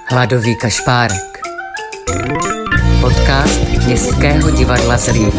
Hladový kašpárek. Podcast Městského divadla Zlín.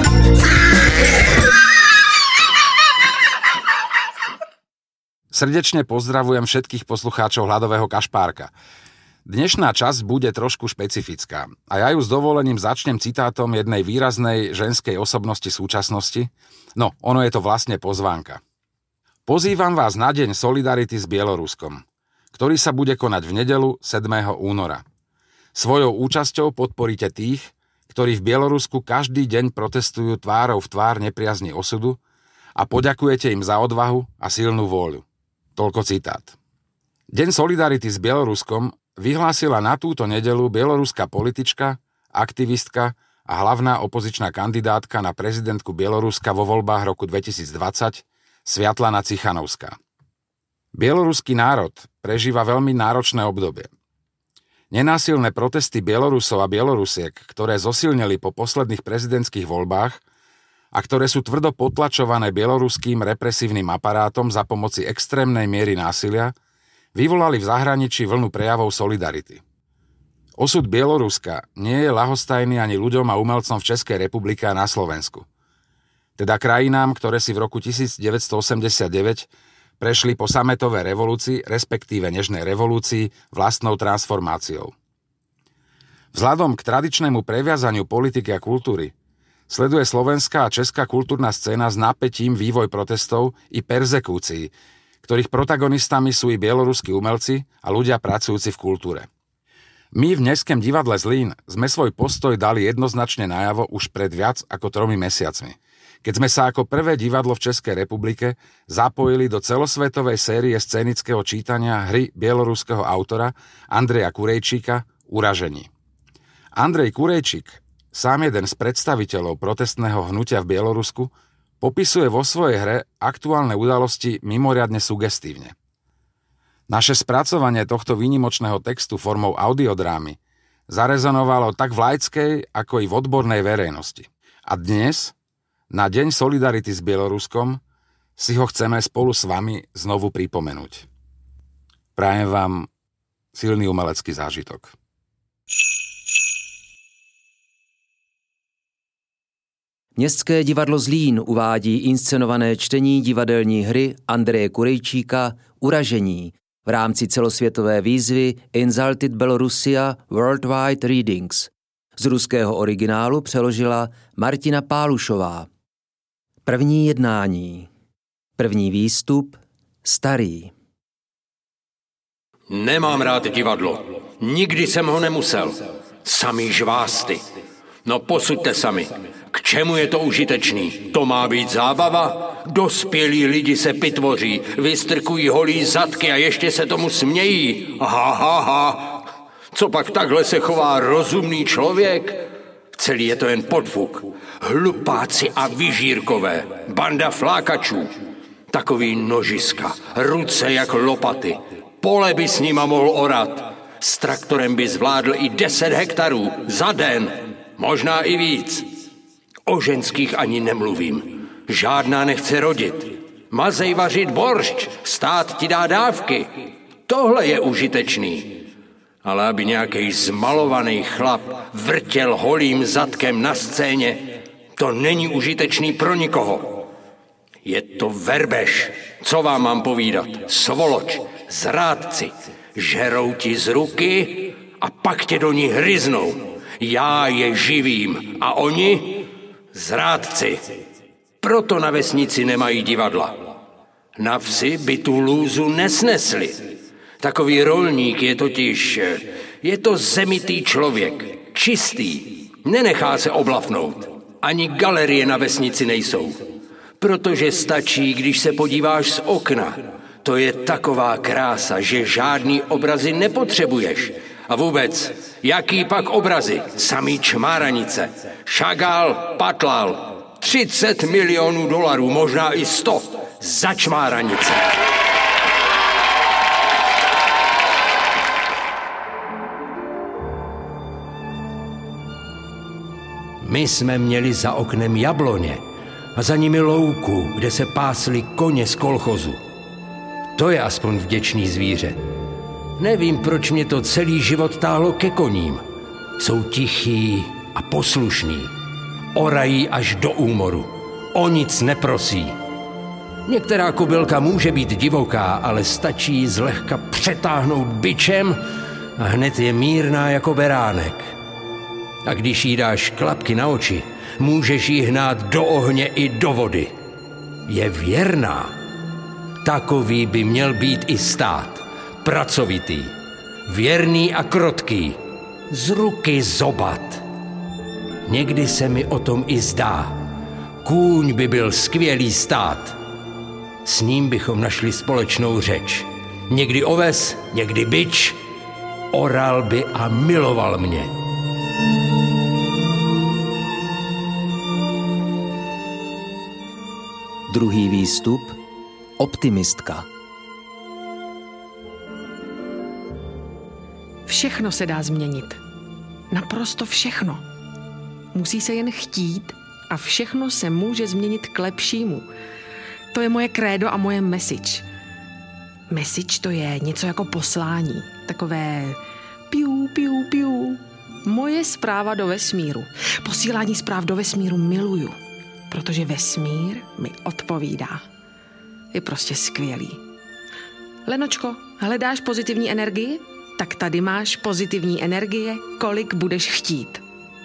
Srdečne pozdravujem všetkých poslucháčov Hladového kašpárka. Dnešná časť bude trošku špecifická a ja ju s dovolením začnem citátom jednej výraznej ženskej osobnosti súčasnosti. No, ono je to vlastne pozvánka. Pozývam vás na deň solidarity s Bieloruskom, ktorý sa bude konať v nedeľu 7. února. Svojou účasťou podporíte tých, ktorí v Bielorusku každý deň protestujú tvárou v tvár nepriazni osudu a poďakujete im za odvahu a silnú vôľu. Toľko citát. Deň solidarity s Bieloruskom vyhlásila na túto nedeľu bieloruská politička, aktivistka a hlavná opozičná kandidátka na prezidentku Bieloruska vo voľbách roku 2020 Sviatlana Cichanovská. Bieloruský národ prežíva veľmi náročné obdobie. Nenásilné protesty Bielorusov a Bielorusiek, ktoré zosilnili po posledných prezidentských voľbách a ktoré sú tvrdo potlačované bieloruským represívnym aparátom za pomoci extrémnej miery násilia, vyvolali v zahraničí vlnu prejavov solidarity. Osud Bieloruska nie je ľahostajný ani ľuďom a umelcom v Českej republike a na Slovensku. Teda krajinám, ktoré si v roku 1989 prešli po sametovej revolúcii, respektíve nežnej revolúcii, vlastnou transformáciou. Vzhľadom k tradičnému previazaniu politiky a kultúry sleduje slovenská a česká kultúrna scéna s napätím vývoj protestov i perzekúcií, ktorých protagonistami sú i bieloruskí umelci a ľudia pracujúci v kultúre. My v Městském divadle Zlín sme svoj postoj dali jednoznačne najavo už pred viac ako 3 mesiacmi, keď sme sa ako prvé divadlo v Českej republike zapojili do celosvetovej série scénického čítania hry bieloruského autora Andreja Kurejčíka Uražení. Andrej Kurejčík, sám jeden z predstaviteľov protestného hnutia v Bielorusku, popisuje vo svojej hre aktuálne udalosti mimoriadne sugestívne. Naše spracovanie tohto výnimočného textu formou audiodrámy zarezonovalo tak v laickej, ako i v odbornej verejnosti. A dnes, na Deň solidarity s Bieloruskom, si ho chceme spolu s vami znovu pripomenúť. Prajem vám silný umelecký zážitok. Městské divadlo Zlín uvádí inscenované čtení divadelní hry Andreje Kurejčíka Uražení v rámci celosvětové výzvy Insulted Belarusia Worldwide Readings. Z ruského originálu přeložila Martina Pálušová. První jednání. První výstup. Starý. Nemám rád divadlo. Nikdy jsem ho nemusel. Samý žvásty. No posuďte sami. K čemu je to užitečný? To má být zábava? Dospělí lidi se pitvoří, vystrkují holí zadky a ještě se tomu smějí. Ha. Co pak takhle se chová rozumný člověk? Celý je to jen podfuk. Hlupáci a vyžírkové. Banda flákačů. Takový nožiska. Ruce jak lopaty. Pole by s nima mohl orat. S traktorem by zvládl i 10 hektarů. Za den. Možná i víc. O ženských ani nemluvím. Žádná nechce rodit. Mazej vařit boršč. Stát ti dá dávky. Tohle je užitečný. Ale aby nějaký zmalovaný chlap vrtěl holým zadkem na scéně, to není užitečný pro nikoho. Je to verbež. Co vám mám povídat? Svoloč, zrádci, žerou ti z ruky a pak tě do ní hryznou. Já je živím a oni zrádci. Proto na vesnici nemají divadla. Na vsi by tu lůzu nesnesli. Takový rolník je to zemitý člověk, čistý, nenechá se oblafnout. Ani galerie na vesnici nejsou. Protože stačí, když se podíváš z okna. To je taková krása, že žádný obrazy nepotřebuješ. A vůbec, jaký pak obrazy? Samý čmáranice. Chagall patlal. 30 milionů dolarů, možná i 100. Za čmáranice. My jsme měli za oknem jabloně a za nimi louku, kde se pásly koně z kolchozu. To je aspoň vděčný zvíře. Nevím, proč mě to celý život táhlo ke koním. Jsou tichý a poslušný. Orají až do úmoru. O nic neprosí. Některá kobylka může být divoká, ale stačí zlehka přetáhnout bičem a hned je mírná jako beránek. A když jí dáš klapky na oči, můžeš ji hnát do ohně i do vody. Je věrná. Takový by měl být i stát. Pracovitý, věrný a krotký. Z ruky zobat. Někdy se mi o tom i zdá. Kůň by byl skvělý stát. S ním bychom našli společnou řeč. Někdy oves, někdy bič. Oral by a miloval mě. Druhý výstup. Optimistka. Všechno se dá změnit. Naprosto všechno. Musí se jen chtít a všechno se může změnit k lepšímu. To je moje krédo a moje message. Message to je něco jako poslání. Takové piu, piu, piu. Moje zpráva do vesmíru. Posílání zpráv do vesmíru miluju, protože vesmír mi odpovídá. Je prostě skvělý. Lenočko, hledáš pozitivní energii? Tak tady máš pozitivní energie, kolik budeš chtít.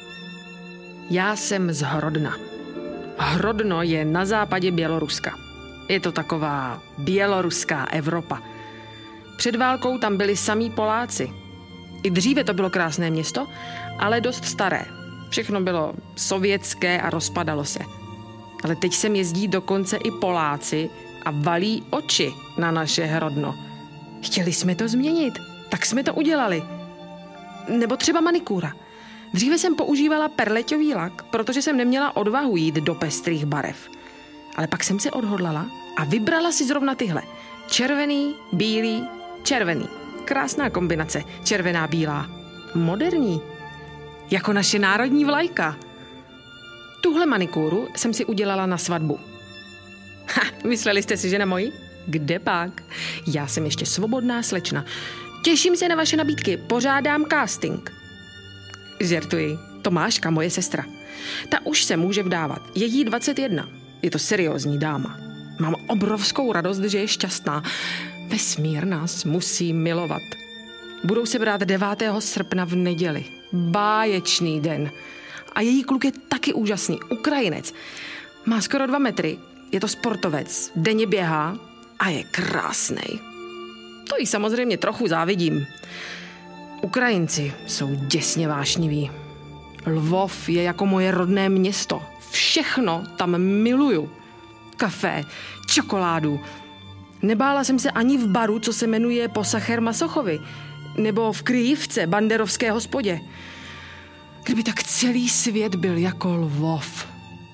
Já jsem z Hrodna. Hrodno je na západě Běloruska. Je to taková běloruská Evropa. Před válkou tam byli samí Poláci. I dříve to bylo krásné město, ale dost staré. Všechno bylo sovětské a rozpadalo se. Ale teď sem jezdí dokonce i Poláci a valí oči na naše Hrodno. Chtěli jsme to změnit, tak jsme to udělali. Nebo třeba manikúra. Dříve jsem používala perleťový lak, protože jsem neměla odvahu jít do pestrých barev. Ale pak jsem se odhodlala a vybrala si zrovna tyhle. Červený, bílý, červený. Krásná kombinace. Červená, bílá. Moderní. Jako naše národní vlajka. Tuhle manikúru jsem si udělala na svatbu. Mysleli jste si, že na moji? Kde pak? Já jsem ještě svobodná slečna. Těším se na vaše nabídky. Pořádám casting. Žertuji. Tomáška, moje sestra. Ta už se může vdávat. Je jí 21. Je to seriózní dáma. Mám obrovskou radost, že je šťastná. Vesmír nás musí milovat. Budou se brát 9. srpna v neděli. Báječný den. A její kluk je taky úžasný. Ukrajinec. Má skoro 2 metry. Je to sportovec. Denně běhá a je krásnej. To jí samozřejmě trochu závidím. Ukrajinci jsou děsně vášniví. Lvov je jako moje rodné město. Všechno tam miluju. Kafe, čokoládu. Nebála jsem se ani v baru, co se jmenuje po Sacher Masochovi, nebo v Kryjivce, banderovské hospodě. Kdyby tak celý svět byl jako Lvov.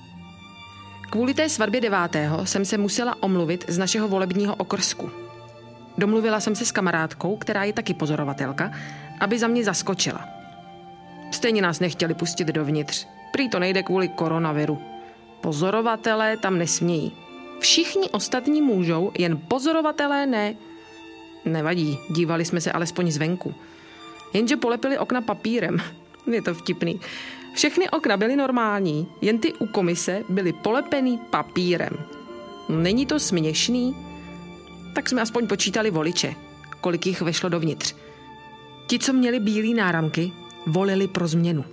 Kvůli té svatbě 9. jsem se musela omluvit z našeho volebního okrsku. Domluvila jsem se s kamarádkou, která je taky pozorovatelka, aby za mě zaskočila. Stejně nás nechtěli pustit dovnitř. Prý to nejde kvůli koronaviru. Pozorovatelé tam nesmějí. Všichni ostatní můžou, jen pozorovatelé ne. Nevadí, dívali jsme se alespoň zvenku. Jenže polepili okna papírem. Je to vtipný. Všechny okna byly normální, jen ty u komise byly polepený papírem. Není to směšný? Tak jsme aspoň počítali voliče, kolik jich vešlo dovnitř. Ti, co měli bílý náramky, volili pro změnu.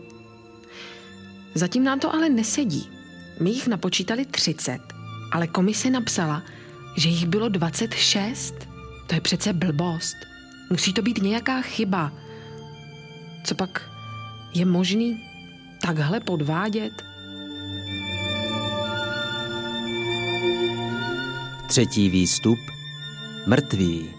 Zatím nám to ale nesedí. My jich napočítali 30, ale komise napsala, že jich bylo 26. To je přece blbost. Musí to být nějaká chyba. Co pak je možný takhle podvádět? Třetí výstup. Mrtví.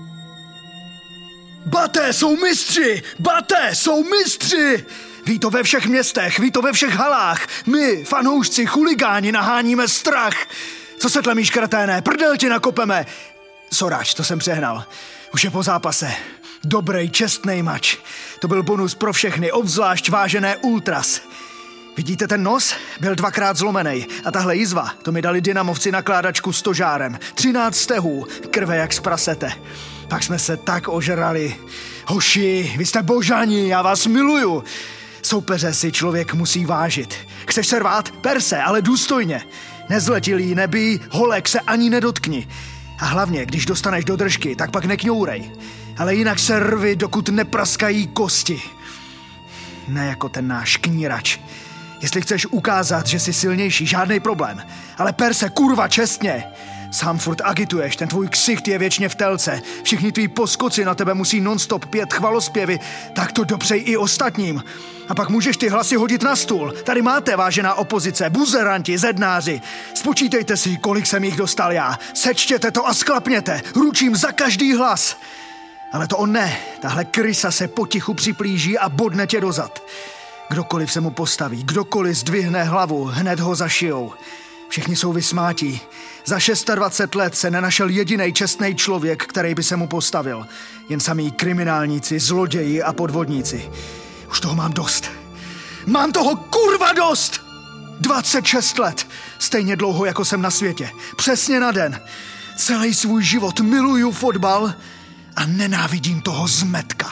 Baté jsou mistři! Baté jsou mistři! Ví to ve všech městech, ví to ve všech halách. My, fanoušci, chuligáni, naháníme strach. Co se tlemíš, kreténe? Prdel ti nakopeme. Soráč, to jsem přehnal. Už je po zápase. Dobrý, čestnej mač. To byl bonus pro všechny, obzvlášť vážené ultras. Vidíte ten nos? Byl 2krát zlomenej. A tahle jizva, to mi dali dynamovci nakládačku s tožárem. 13 stehů, krve jak z prasete. Pak jsme se tak ožrali. Hoši, vy jste božani, já vás miluju. Soupeře si člověk musí vážit. Chceš se rvát? Per se, ale důstojně. Nezletilý, nebij, holek se ani nedotkni. A hlavně, když dostaneš do držky, tak pak nekňourej. Ale jinak se rvi, dokud nepraskají kosti. Ne jako ten náš knírač. Jestli chceš ukázat, že jsi silnější, žádný problém. Ale per se, kurva, čestně. Sám furt agituješ, ten tvůj ksicht je věčně v telce. Všichni tví poskoci na tebe musí non-stop pět chvalospěvy, tak to dopřej i ostatním. A pak můžeš ty hlasy hodit na stůl. Tady máte, vážená opozice, buzeranti, zednáři. Spočítejte si, kolik jsem jich dostal já. Sečtěte to a sklapněte. Ručím za každý hlas. Ale to on ne. Tahle krysa se potichu připlíží a bodne tě dozad. Kdokoliv se mu postaví, kdokoliv zdvihne hlavu, hned ho zašijou. Všichni jsou vysmátí. Za 26 let se nenašel jedinej čestný člověk, který by se mu postavil. Jen samí kriminálníci, zloději a podvodníci. Už toho mám dost. Mám toho kurva dost! 26 let. Stejně dlouho, jako jsem na světě. Přesně na den. Celý svůj život miluju fotbal a nenávidím toho zmetka.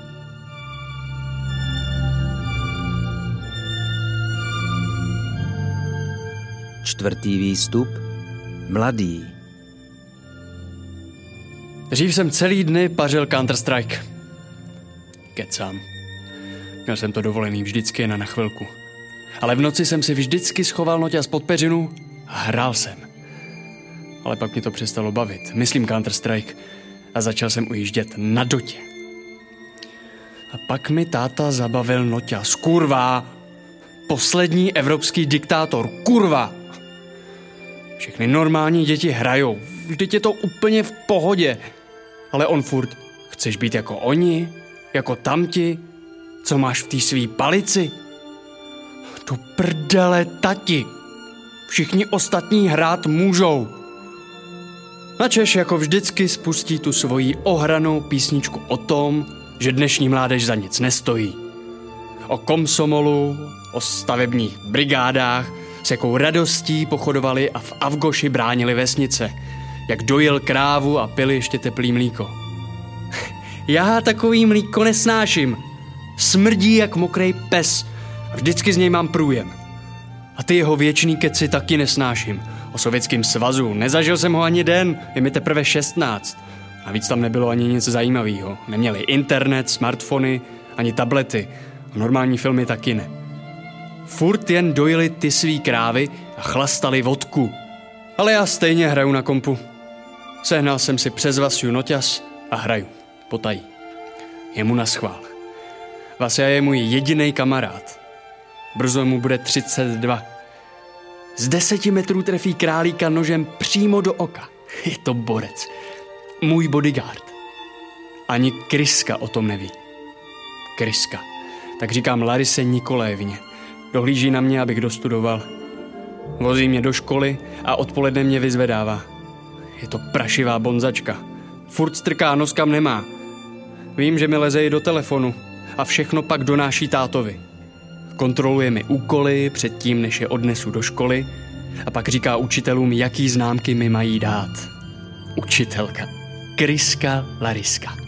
Čtvrtý výstup. Mladý. Dřív jsem celý dny pařil Counter-Strike. Kecám. Měl jsem to dovolený vždycky jen na chvilku. Ale v noci jsem si vždycky schoval noťaz pod peřinu a hrál jsem. Ale pak mě to přestalo bavit. Myslím Counter-Strike. A začal jsem ujíždět na dotě. A pak mi táta zabavil noťaz. Kurva! Poslední evropský diktátor. Kurva! Všechny normální děti hrajou. Vždyť je to úplně v pohodě. Ale on furt, chceš být jako oni? Jako tamti? Co máš v té svý palici? Do prdele, tati. Všichni ostatní hrát můžou. Načež jako vždycky spustí tu svoji ohranou písničku o tom, že dnešní mládež za nic nestojí. O komsomolu, o stavebních brigádách, s jakou radostí pochodovali a v Avgoši bránili vesnice. Jak dojil krávu a pili ještě teplý mlíko. Já takový mlíko nesnáším. Smrdí jak mokrej pes. A vždycky z něj mám průjem. A ty jeho věčný keci taky nesnáším. O Sovětském svazu nezažil jsem ho ani den, je mi teprve 16. Navíc tam nebylo ani nic zajímavého. Neměli internet, smartfony, ani tablety. A normální filmy taky ne. Furt jen dojili ty svý krávy a chlastali vodku. Ale já stejně hraju na kompu. Sehnal jsem si přes Vasiu noťaz a hraju. Potají. Jemu naschvál. Vasia je můj jedinej kamarád. Brzo mu bude 32. Z 10 metrů trefí králíka nožem přímo do oka. Je to borec. Můj bodyguard. Ani Kryska o tom neví. Kryska. Tak říkám Larise Nikolévně. Dohlíží na mě, abych dostudoval. Vozí mě do školy a odpoledne mě vyzvedává. Je to prašivá bonzačka. Furt strká nos kam nemá. Vím, že mi leze i do telefonu a všechno pak donáší tátovi. Kontroluje mi úkoly předtím, než je odnesu do školy a pak říká učitelům, jaký známky mi mají dát. Učitelka. Kryska Lariska.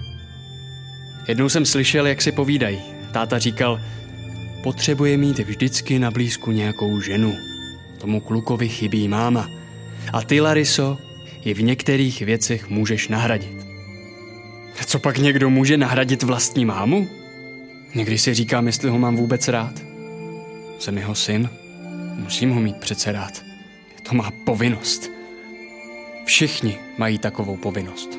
Jednou jsem slyšel, jak si povídají. Táta říkal, potřebuje mít vždycky na blízku nějakou ženu. Tomu klukovi chybí máma. A ty, Lariso, ji v některých věcech můžeš nahradit. A co pak někdo může nahradit vlastní mámu? Někdy si říkám, jestli ho mám vůbec rád. Jsem jeho syn. Musím ho mít přece rád. To má povinnost. Všichni mají takovou povinnost.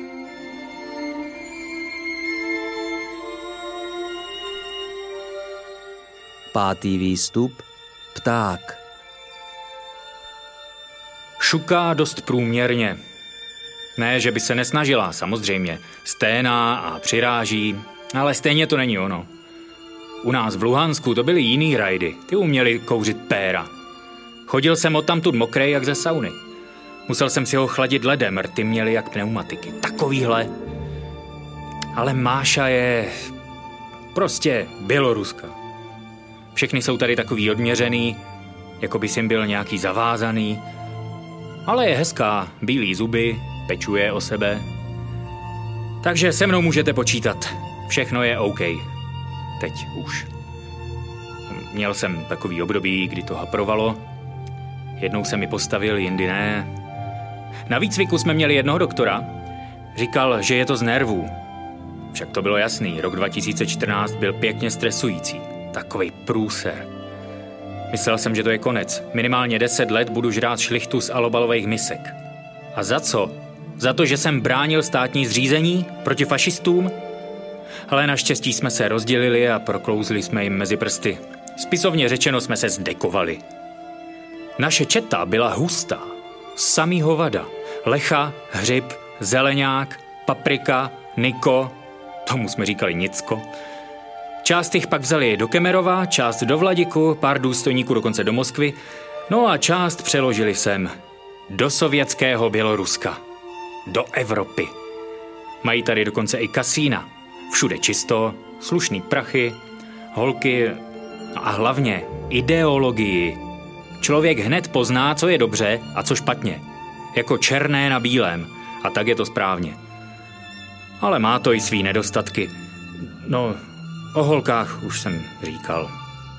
Pátý výstup. Pták. Šuká dost průměrně. Ne, že by se nesnažila, samozřejmě. Sténá a přiráží, ale stejně to není ono. U nás v Luhansku to byly jiný rajdy, ty uměli kouřit péra. Chodil jsem odtamtud mokrej jak ze sauny. Musel jsem si ho chladit ledem, rty měli jak pneumatiky, takovýhle. Ale Máša je prostě Běloruska. Všechny jsou tady takový odměřený, jako by jim byl nějaký zavázaný. Ale je hezká, bílý zuby, pečuje o sebe. Takže se mnou můžete počítat. Všechno je OK. Teď už. Měl jsem takový období, kdy to haprovalo. Jednou se mi postavil, jindy ne. Na výcviku jsme měli jednoho doktora. Říkal, že je to z nervů. Však to bylo jasný. Rok 2014 byl pěkně stresující. Takovej průser. Myslel jsem, že to je konec. Minimálně 10 let budu žrát šlichtu z alobalových misek. A za co? Za to, že jsem bránil státní zřízení proti fašistům? Ale naštěstí jsme se rozdělili a proklouzli jsme jim mezi prsty. Spisovně řečeno jsme se zdekovali. Naše četa byla hustá. Samý hovada. Lecha, hřib, zeleňák, paprika, Niko, tomu jsme říkali Nicko. Část jich pak vzali do Kemerova, část do Vladiku, pár důstojníků dokonce do Moskvy, no a část přeložili sem. Do sovětského Běloruska. Do Evropy. Mají tady dokonce i kasína. Všude čisto, slušný prachy, holky a hlavně ideologii. Člověk hned pozná, co je dobře a co špatně. Jako černé na bílém. A tak je to správně. Ale má to i svý nedostatky. No, o holkách už jsem říkal.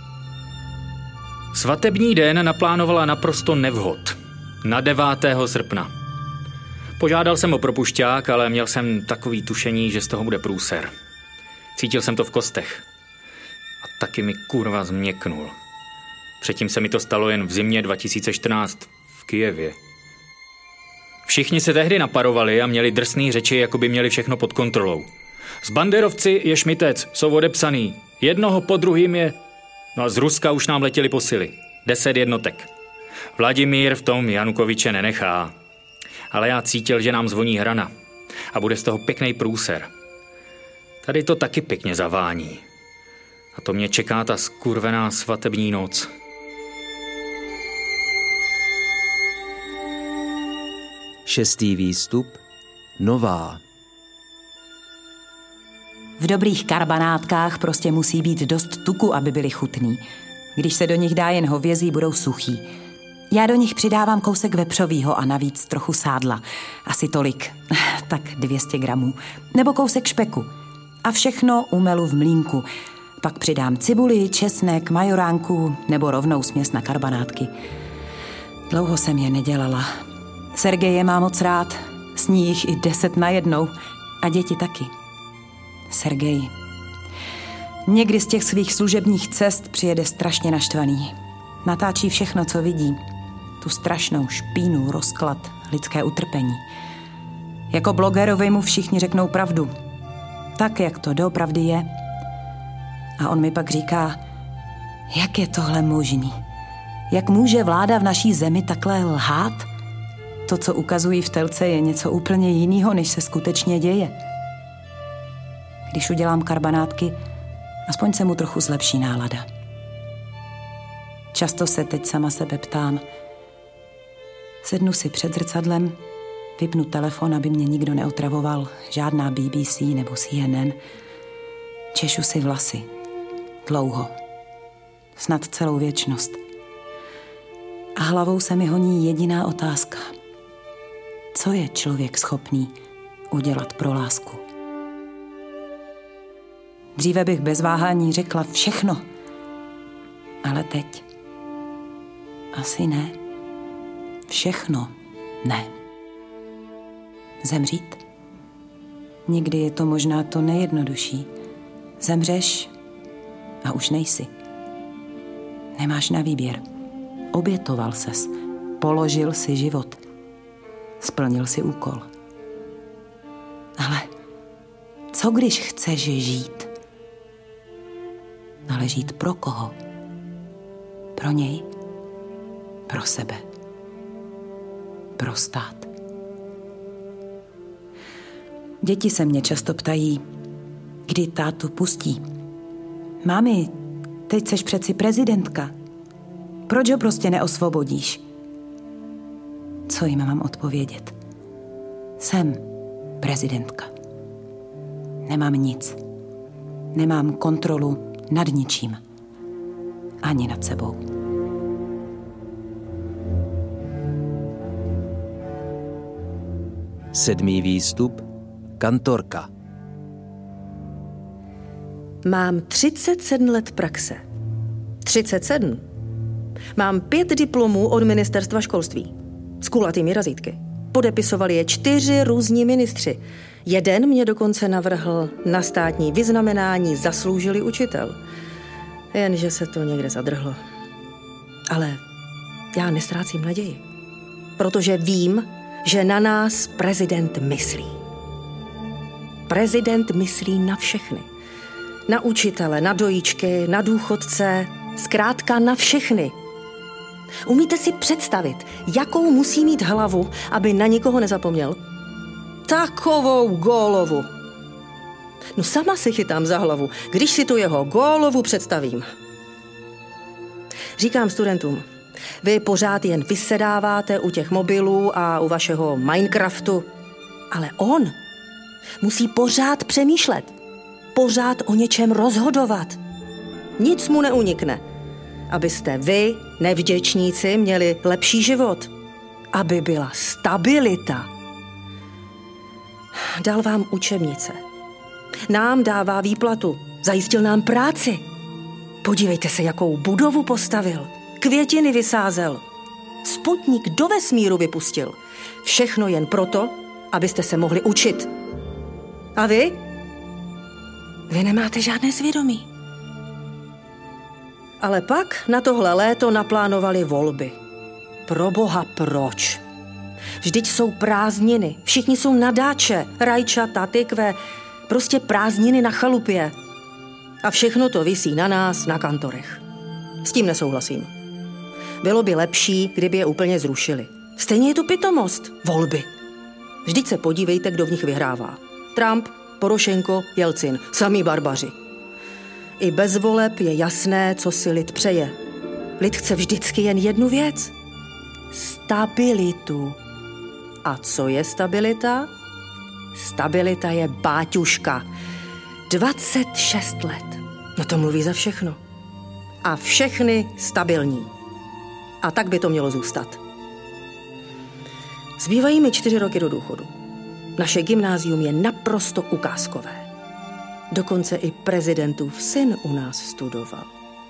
Svatební den naplánovala naprosto nevhod. Na 9. srpna. Požádal jsem o propušťák, ale měl jsem takový tušení, že z toho bude průser. Cítil jsem to v kostech. A taky mi kurva změknul. Předtím se mi to stalo jen v zimě 2014 v Kyjevě. Všichni se tehdy naparovali a měli drsný řeči, jako by měli všechno pod kontrolou. Z banderovci je šmitec, jsou odepsaný. Jednoho po druhým je... No a z Ruska už nám letěli posily. 10 jednotek. Vladimír v tom Janukoviče nenechá. Ale já cítil, že nám zvoní hrana. A bude z toho pěkný průser. Tady to taky pěkně zavání. A to mě čeká ta skurvená svatební noc. Šestý výstup. Nová. V dobrých karbanátkách prostě musí být dost tuku, aby byly chutný. Když se do nich dá jen hovězí, budou suchý. Já do nich přidávám kousek vepřovýho a navíc trochu sádla. Asi tolik, tak 200 gramů. Nebo kousek špeku. A všechno umelu v mlýnku. Pak přidám cibuli, česnek, majoránku nebo rovnou směs na karbanátky. Dlouho jsem je nedělala. Sergej je má moc rád. Sní jich i 10 najednou. A děti taky. Sergej. Někdy z těch svých služebních cest přijede strašně naštvaný. Natáčí všechno, co vidí. Tu strašnou špínu, rozklad, lidské utrpení. Jako blogerovi mu všichni řeknou pravdu. Tak, jak to doopravdy je. A on mi pak říká, jak je tohle možný? Jak může vláda v naší zemi takhle lhát? To, co ukazují v telce, je něco úplně jiného, než se skutečně děje. Když udělám karbanátky, aspoň se mu trochu zlepší nálada. Často se teď sama sebe ptám. Sednu si před zrcadlem, vypnu telefon, aby mě nikdo neotravoval, žádná BBC nebo CNN. Češu si vlasy. Dlouho. Snad celou věčnost. A hlavou se mi honí jediná otázka. Co je člověk schopný udělat pro lásku? Dříve bych bez váhání řekla všechno. Ale teď asi ne. Všechno ne. Zemřít? Někdy je to možná to nejjednodušší. Zemřeš a už nejsi. Nemáš na výběr. Obětoval ses. Položil si život. Splnil si úkol. Ale co když chceš žít? Ale žít pro koho? Pro něj? Pro sebe? Pro stát? Děti se mě často ptají, kdy tátu pustí. Mami, teď seš přeci prezidentka. Proč ho prostě neosvobodíš? Co jim mám odpovědět? Jsem prezidentka. Nemám nic. Nemám kontrolu nad ničím. Ani nad sebou. Sedmý výstup. kantorka. Mám 37 let praxe. 37. Mám 5 diplomů od ministerstva školství. S kulatými razítky. Podepisovali je 4 různí ministři. Jeden mě dokonce navrhl na státní vyznamenání zasloužilý učitel. Jenže se to někde zadrhlo. Ale já nestrácím naději. Protože vím, že na nás prezident myslí. Prezident myslí na všechny. Na učitele, na dojíčky, na důchodce, zkrátka na všechny. Umíte si představit, jakou musí mít hlavu, aby na nikoho nezapomněl? Takovou gólovu. No sama si chytám za hlavu, když si tu jeho gólovu představím. Říkám studentům, vy pořád jen vysedáváte u těch mobilů a u vašeho Minecraftu, ale on musí pořád přemýšlet, pořád o něčem rozhodovat. Nic mu neunikne, abyste vy, nevděčníci, měli lepší život, aby byla stabilita. Dal vám učebnice, nám dává výplatu, zajistil nám práci. Podívejte se, jakou budovu postavil, květiny vysázel, sputnik do vesmíru vypustil. Všechno jen proto, abyste se mohli učit. A vy? Vy nemáte žádné svědomí. Ale pak na tohle léto naplánovali volby. Proboha, proč? Vždyť jsou prázdniny, všichni jsou na dáče, rajčata, tykve, prostě prázdniny na chalupě. A všechno to visí na nás, na kantorech. S tím nesouhlasím. Bylo by lepší, kdyby je úplně zrušili. Stejně je to pitomost, volby. Vždyť se podívejte, kdo v nich vyhrává. Trump, Porošenko, Jelcin, samí barbaři. I bez voleb je jasné, co si lid přeje. Lid chce vždycky jen jednu věc. Stabilitu. A co je stabilita? Stabilita je báťuška. 26 let. No to mluví za všechno. A všechny stabilní. A tak by to mělo zůstat. Zbývají mi 4 roky do důchodu. Naše gymnázium je naprosto ukázkové. Dokonce i prezidentův syn u nás studoval.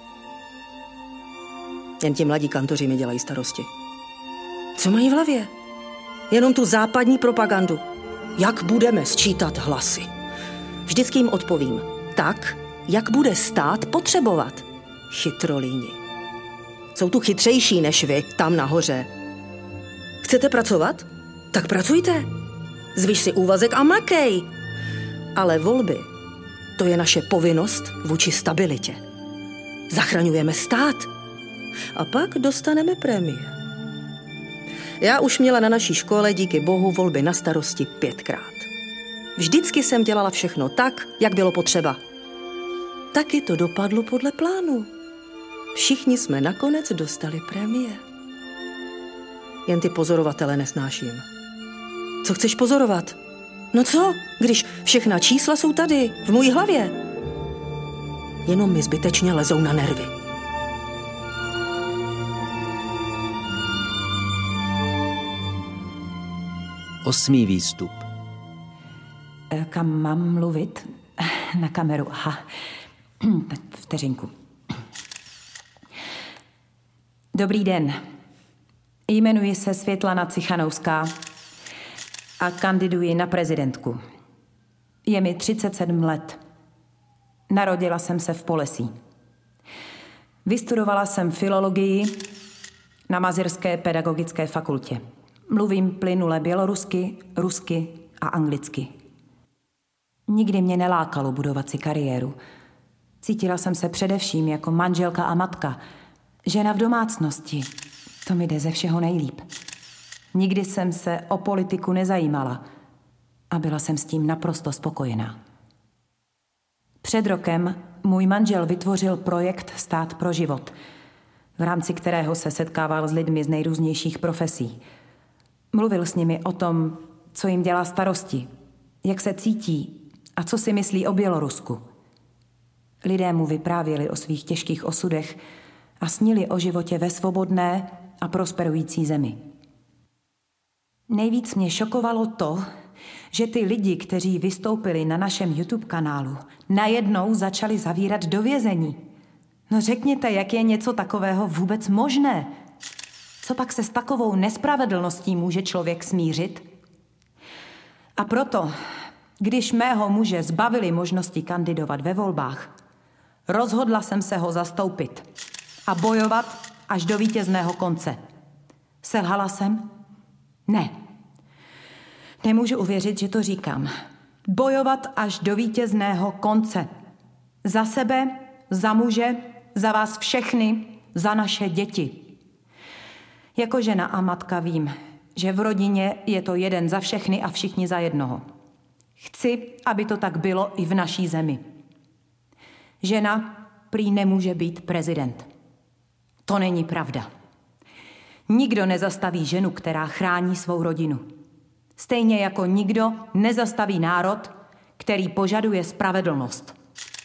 Jen ti mladí kantoři mi dělají starosti. Co mají v hlavě? Jenom tu západní propagandu. Jak budeme sčítat hlasy? Vždycky jim odpovím. Tak, jak bude stát potřebovat. Chytrolíni. Jsou tu chytřejší než vy, tam nahoře. Chcete pracovat? Tak pracujte. Zvyš si úvazek a makej. Ale volby, to je naše povinnost vůči stabilitě. Zachraňujeme stát. A pak dostaneme prémie. Já už měla na naší škole díky bohu volby na starosti 5krát. Vždycky jsem dělala všechno tak, jak bylo potřeba. Taky to dopadlo podle plánu. Všichni jsme nakonec dostali prémie. Jen ty pozorovatele nesnáším. Co chceš pozorovat? No co, když všechna čísla jsou tady, v mojí hlavě? Jenom mi zbytečně lezou na nervy. Osmý výstup. Kam mám mluvit? Na kameru, aha. Tak vteřinku. Dobrý den. Jmenuji se Světlana Cichanouská a kandiduji na prezidentku. Je mi 37 let. Narodila jsem se v Polesí. Vystudovala jsem filologii na Mazirské pedagogické fakultě. Mluvím plynule bělorusky, rusky a anglicky. Nikdy mě nelákalo budovat si kariéru. Cítila jsem se především jako manželka a matka, žena v domácnosti. To mi jde ze všeho nejlíp. Nikdy jsem se o politiku nezajímala a byla jsem s tím naprosto spokojená. Před rokem můj manžel vytvořil projekt Stát pro život, v rámci kterého se setkával s lidmi z nejrůznějších profesí. Mluvil s nimi o tom, co jim dělá starosti, jak se cítí a co si myslí o Bělorusku. Lidé mu vyprávěli o svých těžkých osudech a snili o životě ve svobodné a prosperující zemi. Nejvíc mě šokovalo to, že ty lidi, kteří vystoupili na našem YouTube kanálu, najednou začali zavírat do vězení. No řekněte, jak je něco takového vůbec možné? Co pak se s takovou nespravedlností může člověk smířit? A proto, když mého muže zbavili možnosti kandidovat ve volbách, rozhodla jsem se ho zastoupit a bojovat až do vítězného konce. Selhala jsem? Ne. Nemůžu uvěřit, že to říkám. Bojovat až do vítězného konce. Za sebe, za muže, za vás všechny, za naše děti. Jako žena a matka vím, že v rodině je to jeden za všechny a všichni za jednoho. Chci, aby to tak bylo i v naší zemi. Žena prý nemůže být prezident. To není pravda. Nikdo nezastaví ženu, která chrání svou rodinu. Stejně jako nikdo nezastaví národ, který požaduje spravedlnost.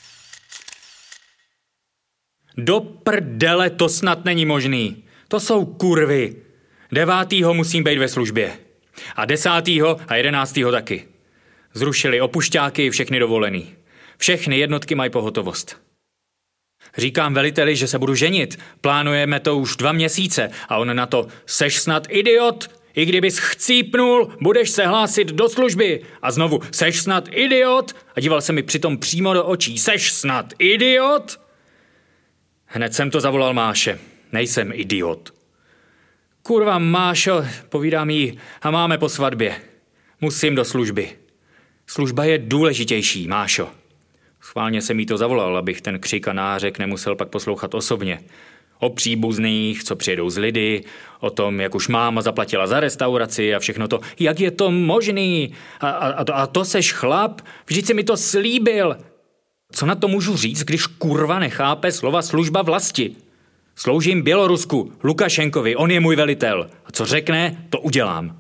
Do prdele, to snad není možný. To jsou kurvy. 9. musím být ve službě. A 10. a 11. taky. Zrušili opušťáky, všechny dovolený. Všechny jednotky mají pohotovost. Říkám veliteli, že se budu ženit. Plánujeme to už 2 měsíce. A on na to, seš snad idiot? I kdybys chcípnul, budeš se hlásit do služby. A znovu, seš snad idiot? A díval se mi přitom přímo do očí. Seš snad idiot? Hned jsem to zavolal Máše. Nejsem idiot. Kurva, Mášo, povídám jí, a máme po svatbě. Musím do služby. Služba je důležitější, Mášo. Schválně jsem jí to zavolal, abych ten křik a nářek nemusel pak poslouchat osobně. O příbuzných, co přijedou z lidy, o tom, jak už máma zaplatila za restauraci a všechno to. Jak je to možný? A to seš chlap? Vždyť si mi to slíbil. Co na to můžu říct, když kurva nechápe slova služba vlasti? Sloužím Bělorusku, Lukašenkovi, on je můj velitel. A co řekne, to udělám.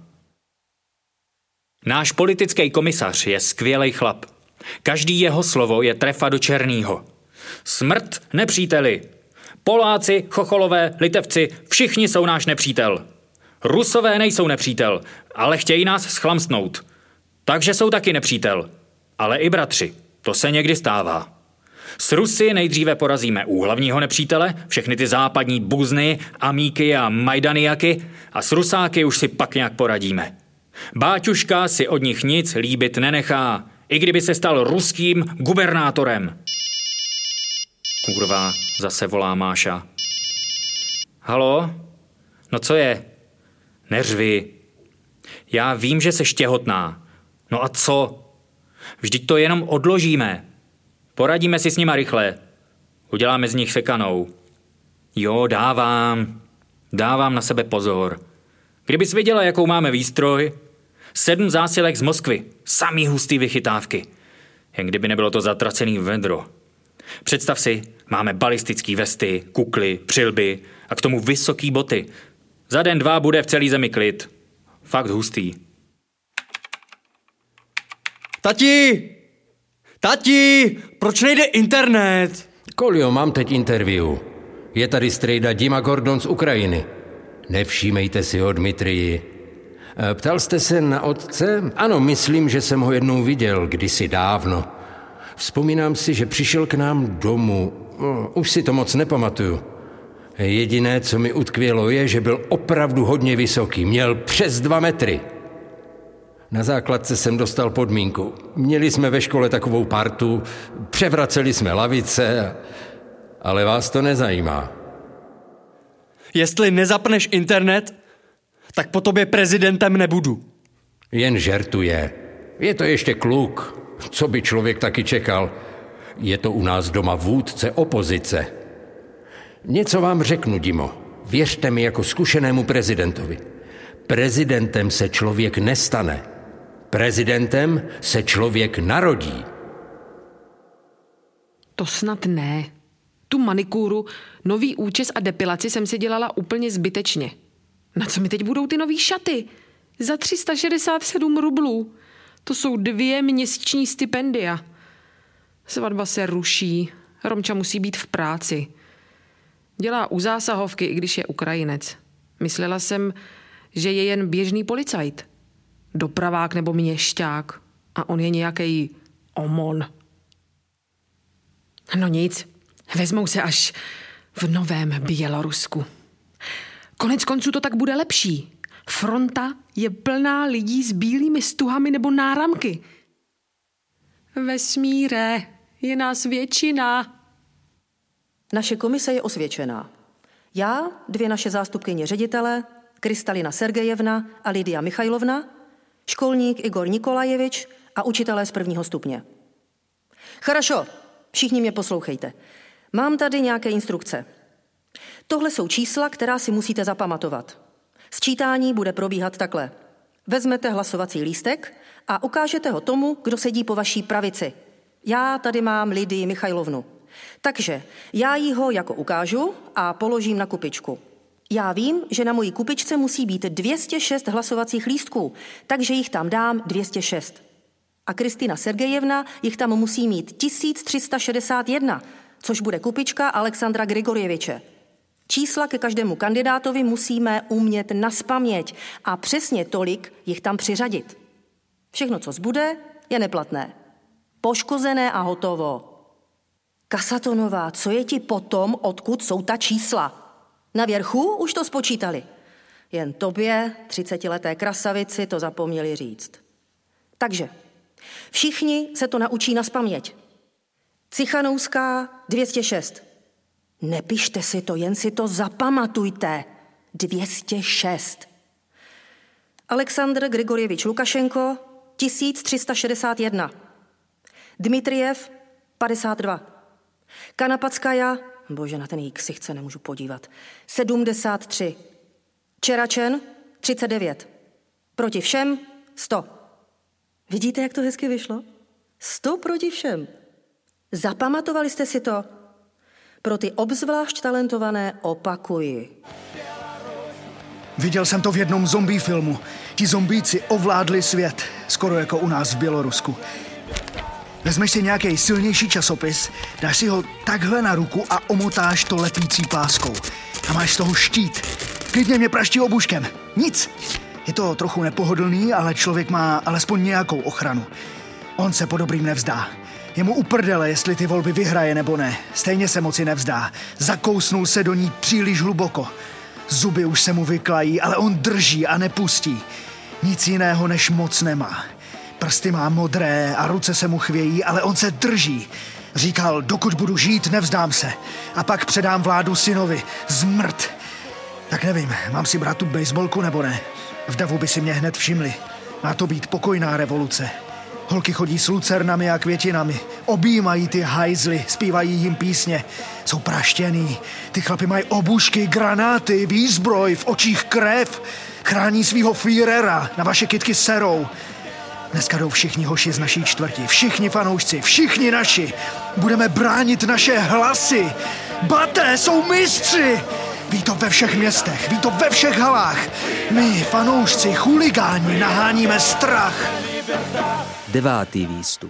Náš politický komisař je skvělej chlap. Každý jeho slovo je trefa do černýho. Smrt nepříteli. Poláci, Chocholové, Litevci, všichni jsou náš nepřítel. Rusové nejsou nepřítel, ale chtějí nás schlamstnout. Takže jsou taky nepřítel. Ale i bratři, to se někdy stává. S Rusy nejdříve porazíme úhlavního nepřítele, všechny ty západní buzny, amíky a majdaniaky, a s Rusáky už si pak nějak poradíme. Báťuška si od nich nic líbit nenechá, i kdyby se stal ruským gubernátorem. Kurva, zase volá Máša. Haló? No co je? Neřvi. Já vím, že seš těhotná. No a co? Vždyť to jenom odložíme. Poradíme si s nima rychle. Uděláme z nich sekanou. Jo, dávám na sebe pozor. Kdybys viděla, jakou máme výstroj, 7 zásilek z Moskvy, samý hustý vychytávky. Jen kdyby nebylo to zatracený vedro. Představ si, máme balistický vesty, kukly, přilby a k tomu vysoký boty. Za den 2 bude v celý zemi klid. Fakt hustý. Tati, proč nejde internet? Koljo, mám teď interview. Je tady strejda Dima Gordon z Ukrajiny. Nevšímejte si ho, Dmitriji. Ptal jste se na otce? Ano, myslím, že jsem ho jednou viděl, kdysi dávno. Vzpomínám si, že přišel k nám domů. Už si to moc nepamatuju. Jediné, co mi utkvělo, je, že byl opravdu hodně vysoký. Měl přes 2 metry. Na základce jsem dostal podmínku. Měli jsme ve škole takovou partu, převraceli jsme lavice, ale vás to nezajímá. Jestli nezapneš internet, tak po tobě prezidentem nebudu. Jen žertuje. Je to ještě kluk. Co by člověk taky čekal? Je to u nás doma vůdce opozice. Něco vám řeknu, Dimo. Věřte mi jako zkušenému prezidentovi. Prezidentem se člověk nestane. Prezidentem se člověk narodí. To snad ne. Tu manikúru, nový účes a depilaci jsem si dělala úplně zbytečně. Na co mi teď budou ty nový šaty? Za 367 rublů. To jsou 2 měsíční stipendia. Svatba se ruší. Romča musí být v práci. Dělá u zásahovky, i když je Ukrajinec. Myslela jsem, že je jen běžný policajt. dopravák nebo měšťák. A on je nějaký omon. No nic, vezmou se až v novém Bělorusku. Konec konců to tak bude lepší. Fronta je plná lidí s bílými stuhami nebo náramky. Vesmíre, je nás většina. Naše komise je osvědčená. Já, 2 naše zástupkyně ředitele, Kristalina Sergejevna a Lidia Michajlovna, školník Igor Nikolajevič a učitelé z 1. stupně. Charašo, všichni mě poslouchejte. Mám tady nějaké instrukce. Tohle jsou čísla, která si musíte zapamatovat. Sčítání bude probíhat takhle. Vezmete hlasovací lístek a ukážete ho tomu, kdo sedí po vaší pravici. Já tady mám Lidii Michajlovnu. Takže já jí ho jako ukážu a položím na kupičku. Já vím, že na mojí kupičce musí být 206 hlasovacích lístků, takže jich tam dám 206. A Kristina Sergejevna jich tam musí mít 1361, což bude kupička Alexandra Grigorjeviče. Čísla ke každému kandidátovi musíme umět nazpaměť a přesně tolik jich tam přiřadit. Všechno, co zbude, je neplatné. Poškozené a hotovo. Kasatonová, co je ti potom, odkud jsou ta čísla? Na věrchu už to spočítali. Jen tobě, 30leté krasavici, to zapomněli říct. Takže všichni se to naučí nazpaměť. Cichanouská 206. Nepište si to, jen si to zapamatujte. 206. Aleksandr Grigorjevič Lukašenko 1361. Dmitrijev 52. Kanapackaja, bože, na ten její ksicht se nemůžu podívat, 73. Čeračen 39. Proti všem 100. Vidíte, jak to hezky vyšlo? 100 proti všem. Zapamatovali jste si to? Pro ty obzvlášť talentované opakuji. Viděl jsem to v jednom zombie filmu. Ti zombíci ovládli svět, skoro jako u nás v Bělorusku. Vezmeš si nějaký silnější časopis, dáš si ho takhle na ruku a omotáš to lepící páskou. A máš z toho štít. Klidně mě praští obuškem. Nic. Je to trochu nepohodlný, ale člověk má alespoň nějakou ochranu. On se po dobrým nevzdá. Je mu uprdele, jestli ty volby vyhraje nebo ne. Stejně se moci nevzdá. Zakousnul se do ní příliš hluboko. Zuby už se mu vyklají, ale on drží a nepustí. Nic jiného než moc nemá. Prsty má modré a ruce se mu chvějí, ale on se drží. Říkal, dokud budu žít, nevzdám se. A pak předám vládu synovi. Zmrt. Tak nevím, mám si brát tu baseballku nebo ne? V davu by si mě hned všimli. Má to být pokojná revoluce. Holky chodí s lucernami a květinami. Objímají ty hajzly, zpívají jim písně. Jsou praštěný. Ty chlapi mají obušky, granáty, výzbroj, v očích krev. Chrání svýho Führera, na vaše kytky serou. Dneska jdou všichni hoši z naší čtvrti, všichni fanoušci, všichni naši. Budeme bránit naše hlasy. Baté jsou mistři! Ví to ve všech městech, ví to ve všech halách. My, fanoušci, chuligáni, naháníme strach. 9. výstup.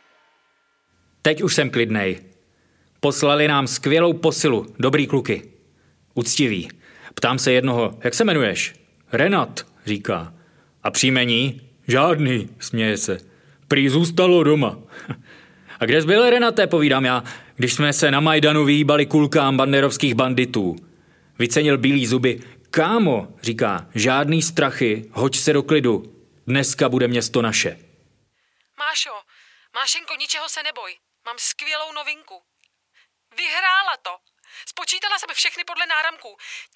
Teď už jsem klidnej. Poslali nám skvělou posilu, dobrý kluky. Uctivý. Ptám se jednoho, jak se jmenuješ? Renat, říká. A příjmení? Žádný, směje se. Prý zůstalo doma. A kde jsi byl, Renaté, povídám já, když jsme se na Majdanu vyhýbali kulkám banderovských banditů. Vycenil bílý zuby. Kámo, říká, žádný strachy, hoď se do klidu. Dneska bude město naše. Mášo, Mášenko, ničeho se neboj. Mám skvělou novinku. Vyhrála to. Spočítala jsem všechny podle náramků.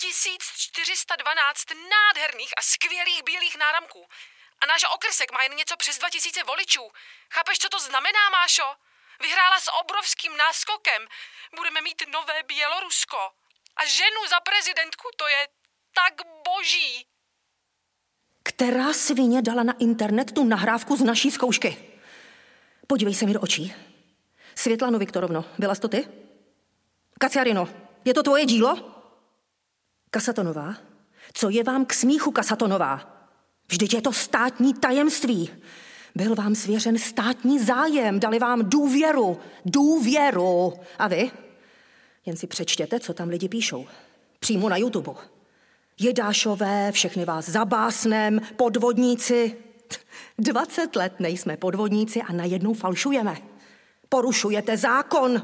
1412 nádherných a skvělých bílých náramků. A náš okrsek má jen něco přes 2000 voličů. Chápeš, co to znamená, Mášo? Vyhrála s obrovským náskokem. Budeme mít nové Bělorusko. A ženu za prezidentku, to je tak boží. Která svině dala na internet tu nahrávku z naší zkoušky? Podívej se mi do očí. Světlano Viktorovno, byla jsi to ty? Kaciarino, je to tvoje dílo? Kasatonová, co je vám k smíchu, Kasatonová? Vždyť je to státní tajemství. Byl vám svěřen státní zájem, dali vám důvěru. Důvěru. A vy? Jen si přečtěte, co tam lidi píšou. Přímo na YouTube. Jedášové, všechny vás zabásnem, podvodníci. 20 let nejsme podvodníci a najednou falšujeme. Porušujete zákon.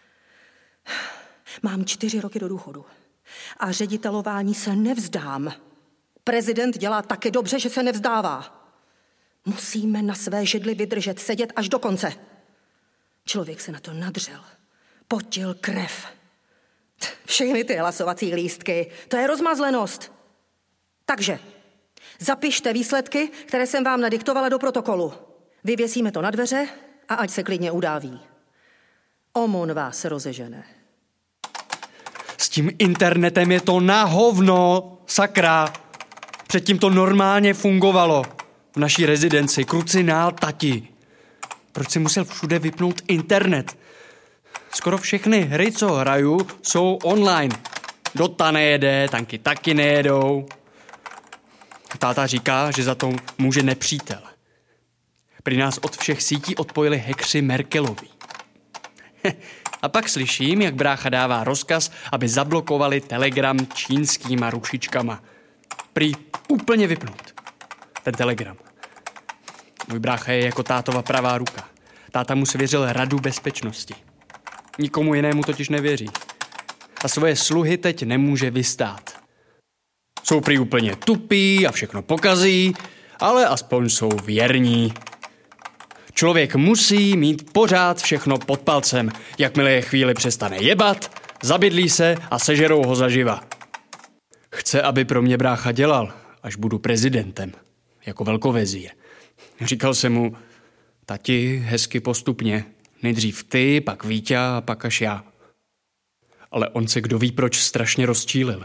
Mám 4 roky do důchodu a ředitelování se nevzdám. Prezident dělá taky dobře, že se nevzdává. Musíme na své židli vydržet, sedět až do konce. Člověk se na to nadřel, potil krev. Všechny ty hlasovací lístky, to je rozmazlenost. Takže zapište výsledky, které jsem vám nadiktovala do protokolu. Vyvěsíme to na dveře a ať se klidně udáví. OMON vás rozežene. S tím internetem je to na hovno, sakra. Předtím to normálně fungovalo. V naší rezidenci, krucinál tati. Proč si musel všude vypnout internet? Skoro všechny hry, co hraju, jsou online. Dota nejede, tanky taky nejedou. Táta říká, že za to může nepřítel. Prý nás od všech sítí odpojili hackři Merkelovi. A pak slyším, jak brácha dává rozkaz, aby zablokovali Telegram čínskýma rušičkama. Prý úplně vypnout ten Telegram. Můj brácha je jako tátova pravá ruka. Táta mu svěřil Radu bezpečnosti. Nikomu jinému totiž nevěří. A svoje sluhy teď nemůže vystát. Jsou prý úplně tupí a všechno pokazí, ale aspoň jsou věrní. Člověk musí mít pořád všechno pod palcem. Jakmile je chvíli přestane jebat, zabydlí se a sežerou ho zaživa. Chce, aby pro mě brácha dělal, až budu prezidentem, jako velkovezír. Říkal jsem mu, tati, hezky postupně. Nejdřív ty, pak Vítě a pak až já. Ale on se kdo ví proč strašně rozčílil.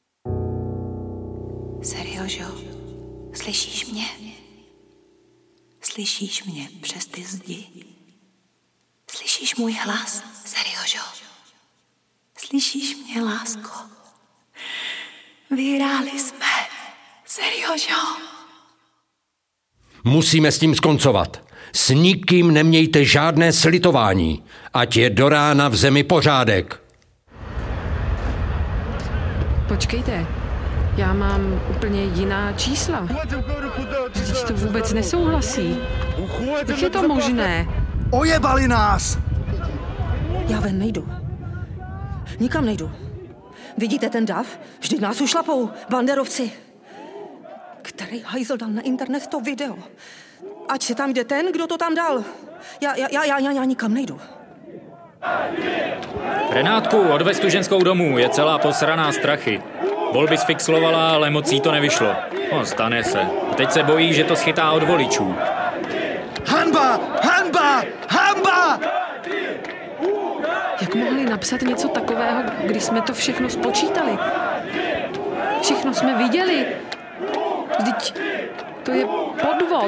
Seriožo, slyšíš mě? Slyšíš mě přes ty zdi? Slyšíš můj hlas, Seriožo? Slyšíš mě, lásko? Vyhráli jsme, Seriožo. Musíme s tím skoncovat. S nikým nemějte žádné slitování. Ať je do rána v zemi pořádek. Počkejte, já mám úplně jiná čísla. Vždyť to vůbec nesouhlasí. Jak je to možné? Ojebali nás! Já ven nejdu. Nikam nejdu. Vidíte ten dav? Vždyť nás ušlapou, banderovci. Který hajzl dal na internet to video? Ať se tam jde ten, kdo to tam dal. Já nikam nejdu. Renátku, odvez tu ženskou domů, je celá posraná strachy. Volby sfixlovala, ale moc jí to nevyšlo. No, stane se. Teď se bojí, že to schytá od voličů. Hanba! Hanba! Hanba! Jak mohli napsat něco takového, když jsme to všechno spočítali? Všechno jsme viděli. Vždyť to je podvod.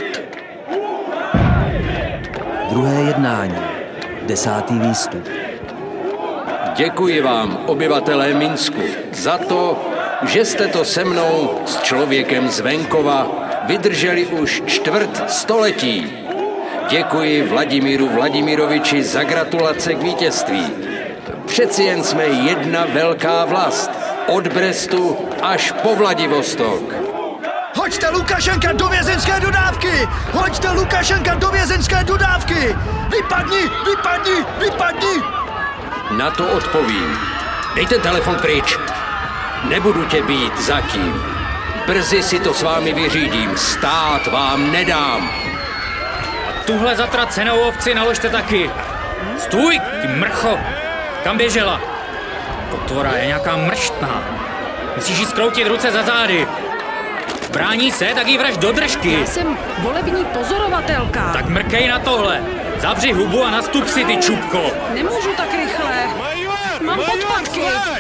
Druhé jednání. 10. výstup. Děkuji vám, obyvatelé Minsku, za to, že jste to se mnou, s člověkem z venkova, vydrželi už 4 století. Děkuji Vladimíru Vladimiroviči za gratulace k vítězství. Přeci jen jsme jedna velká vlast, od Brestu až po Vladivostok. Hoďte Lukašenka do vězeňské dodávky! Hoďte Lukašenka do vězeňské dodávky! Vypadni, vypadni, vypadni! Na to odpovím. Dej ten telefon pryč. Nebudu tě bít zatím. Brzy si to s vámi vyřídím. Stát vám nedám. A tuhle zatracenou ovci naložte taky. Stůj, ty mrcho. Kam běžela? Potvora je nějaká mrštná. Musíš jí skroutit ruce za zády. Brání se, tak jí vraž do držky. Já jsem volební pozorovatelka. Tak mrkej na tohle. Zavři hubu a nastup si, ty čupko. Nemůžu tak rychle. Mám podpatky.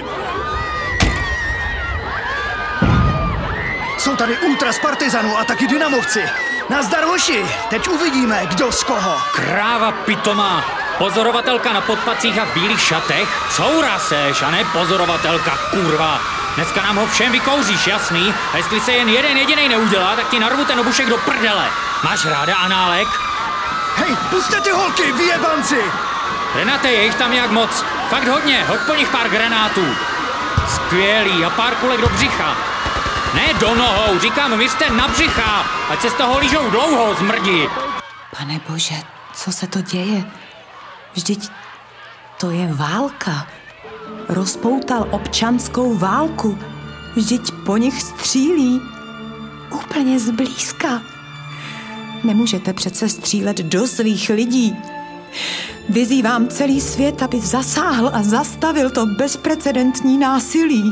Jsou tady ultra z partizanů a taky dynamovci. Nazdar hoši, teď uvidíme, kdo z koho. Kráva pitomá. Pozorovatelka na podpacích a v bílých šatech? Coura seš a ne pozorovatelka, kurva. Dneska nám ho všem vykouříš, jasný? A jestli se jen jeden jedinej neudělá, tak ti narvu ten obušek do prdele. Máš ráda análek? Hej, pusťte ty holky, vyjebanci! Renate, je jich tam nějak moc. Fakt hodně, hoď po nich pár granátů. Skvělý, a pár kulek do břicha. Ne do nohou, říkám, vyřte na břicha, ať se z toho lížou dlouho, zmrdi. Pane Bože, co se to děje? Vždyť to je válka. Rozpoutal občanskou válku. Vždyť po nich střílí. Úplně zblízka. Nemůžete přece střílet do svých lidí. Vyzývám celý svět, aby zasáhl a zastavil to bezprecedentní násilí.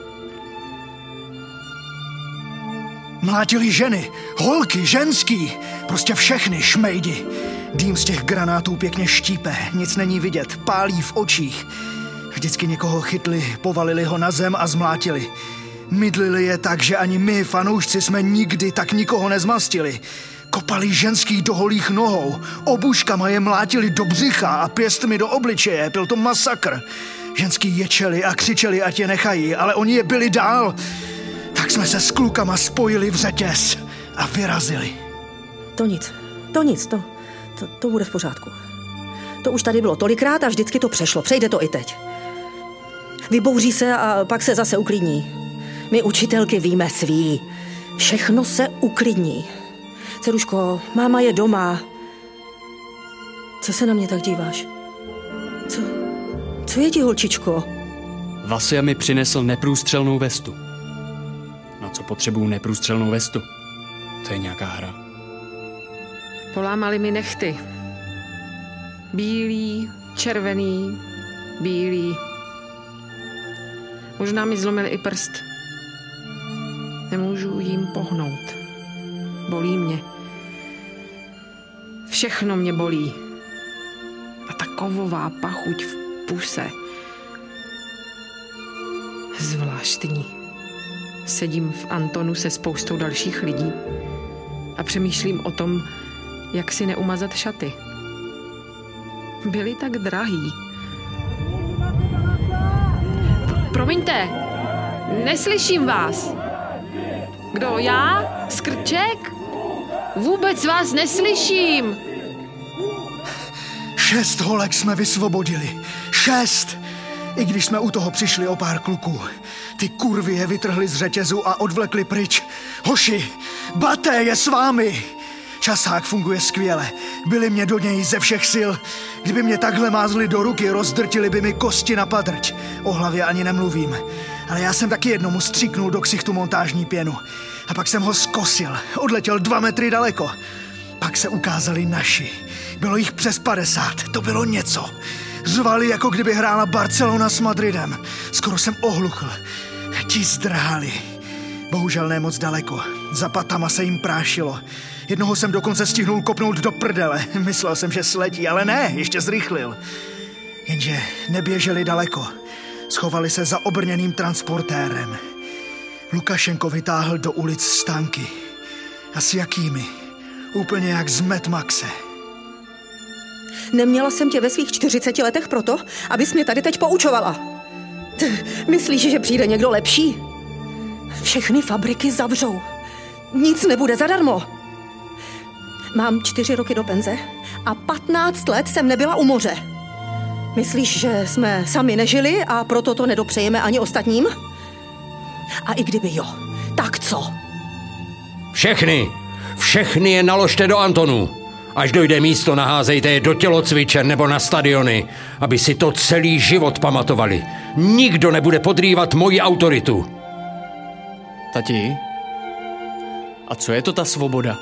Mlátili ženy, holky, ženský, prostě všechny šmejdi. Dým z těch granátů pěkně štípe, nic není vidět, pálí v očích. Vždycky někoho chytli, povalili ho na zem a zmlátili. Mydlili je tak, že ani my, fanoušci, jsme nikdy tak nikoho nezmastili. Kopali ženský do holých nohou, obuškama je mlátili do břicha a pěstmi do obličeje, byl to masakr. Ženský ječeli a křičeli, ať je nechají, ale oni je byli dál. Tak jsme se s klukama spojili v řetěz a vyrazili. To nic, to bude v pořádku. To už tady bylo tolikrát a vždycky to přešlo, přejde to i teď. Vybouří se a pak se zase uklidní. My učitelky víme svý. Všechno se uklidní. Ceruško, máma je doma. Co se na mě tak díváš? Co je ti, holčičko? Vasia mi přinesl neprůstřelnou vestu. Na co potřebuju neprůstřelnou vestu? To je nějaká hra. Polámali mi nehty. Bílý, červený, bílý. Možná mi zlomili i prst. Nemůžu jim pohnout. Bolí mě. Všechno mě bolí. A ta kovová pachuť v puse. Zvláštní. Sedím v Antonu se spoustou dalších lidí a přemýšlím o tom, jak si neumazat šaty. Byly tak drahý. Promiňte, neslyším vás. Kdo, já? Skrček? Vůbec vás neslyším. 6 holek jsme vysvobodili. 6! I když jsme u toho přišli o pár kluků. Ty kurvy je vytrhli z řetězu a odvlekli pryč. Hoši, Baté je s vámi! Časák funguje skvěle. Byli mě do něj ze všech sil. Kdyby mě takhle mázli do ruky, rozdrtili by mi kosti na padrť. O hlavě ani nemluvím. Ale já jsem taky jednomu stříknul do ksichtu montážní pěnu. A pak jsem ho zkosil. Odletěl 2 metry daleko. Pak se ukázali naši. Bylo jich přes 50. To bylo něco. Řvali, jako kdyby hrála Barcelona s Madridem. Skoro jsem ohluchl. Ti zdrhali. Bohužel ne moc daleko. Za patama se jim prášilo. Jednoho jsem dokonce stihnul kopnout do prdele. Myslel jsem, že sletí, ale ne, ještě zrychlil. Jenže neběželi daleko. Schovali se za obrněným transportérem. Lukašenko vytáhl do ulic stánky. A s jakými? Úplně jak z Mad Maxe. Neměla jsem tě ve svých 40 letech proto, abys mě tady teď poučovala. Myslíš, že přijde někdo lepší? Všechny fabriky zavřou. Nic nebude zadarmo. Mám 4 roky do penze a 15 let jsem nebyla u moře. Myslíš, že jsme sami nežili a proto to nedopřejeme ani ostatním? A i kdyby jo, tak co? Všechny je naložte do Antonu. Až dojde místo, naházejte je do tělocvičen nebo na stadiony, aby si to celý život pamatovali. Nikdo nebude podrývat moji autoritu. Tati, a co je to ta svoboda?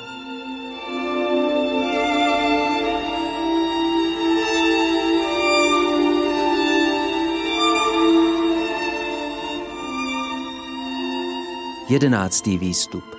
Jedenáctý výstup.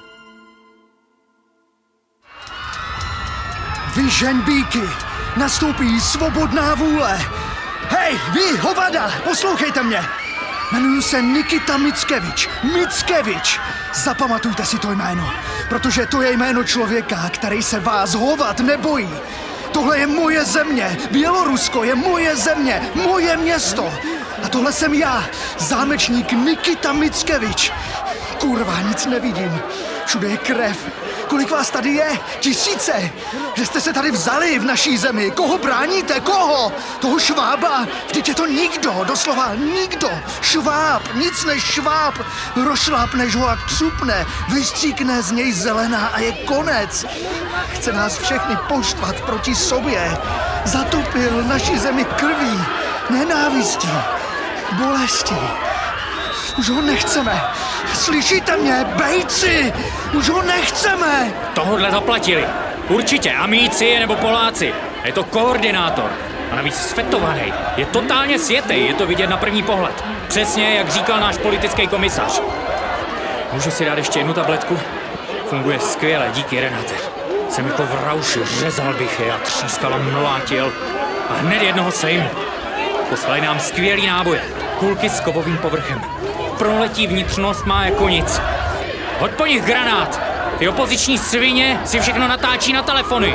Vyžeň bíky, nastoupí svobodná vůle. Hej, vy, hovada, poslouchejte mě. Jmenuji se Nikita Mickevič. Mickevič. Zapamatujte si to jméno, protože to je jméno člověka, který se vás, hovat, nebojí. Tohle je moje země. Bělorusko je moje země, moje město. A tohle jsem já, zámečník Nikita Mickevič. Kurva, nic nevidím. Všude je krev. Kolik vás tady je? 1000. Kde jste se tady vzali v naší zemi? Koho bráníte? Koho? Toho Švába? Vždyť je to nikdo, doslova nikdo. Šváb, nic než šváb. Rošlápneš ho a třupne, vystříkne z něj zelená a je konec. Chce nás všechny poštvat proti sobě. Zatopil naši zemi krví, nenávistí, bolestí. Už ho nechceme. Slyšíte mě, bejci? Už ho nechceme. Tohodle zaplatili. Určitě Amíci nebo Poláci. Je to koordinátor. A navíc svetovaný. Je totálně sjetej, je to vidět na první pohled. Přesně, jak říkal náš politický komisař. Můžu si dát ještě jednu tabletku? Funguje skvěle, díky Renate. Jsem jako v rauši, řezal bych je a třískal a mlátil. A hned jednoho sejmu. Poslali nám skvělý náboje. Kulky s kovovým povrchem. Proletí vnitřnost má jako nic. Hoď po nich granát. Ty opoziční svině si všechno natáčí na telefony.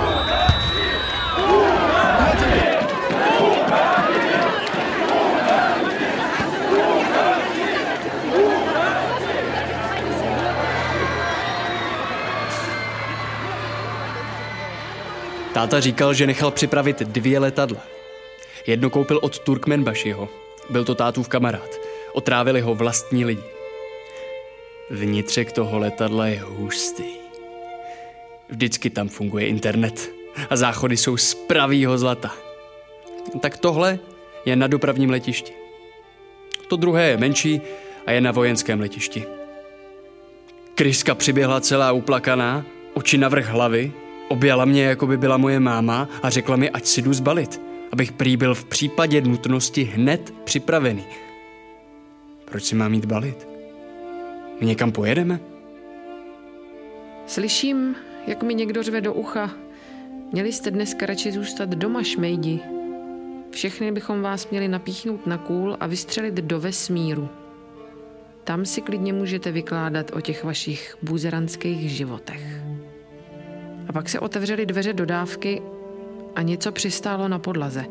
Táta říkal, že nechal připravit 2 letadla. Jedno koupil od Turkmenbašiho. Byl to tátův kamarád. Otrávili ho vlastní lidi. Vnitřek toho letadla je hustý. Vždycky tam funguje internet a záchody jsou z pravýho zlata. Tak tohle je na dopravním letišti. To druhé je menší a je na vojenském letišti. Kryska přiběhla celá uplakaná, oči navrch hlavy, objala mě, jako by byla moje máma a řekla mi, ať si jdu zbalit, abych prý byl v případě nutnosti hned připravený. Proč si mám jít balit? My někam pojedeme? Slyším, jak mi někdo řve do ucha. Měli jste dneska radši zůstat doma, šmejdi. Všechny bychom vás měli napíchnout na kůl a vystřelit do vesmíru. Tam si klidně můžete vykládat o těch vašich buzerantských životech. A pak se otevřely dveře dodávky a něco přistálo na podlaze.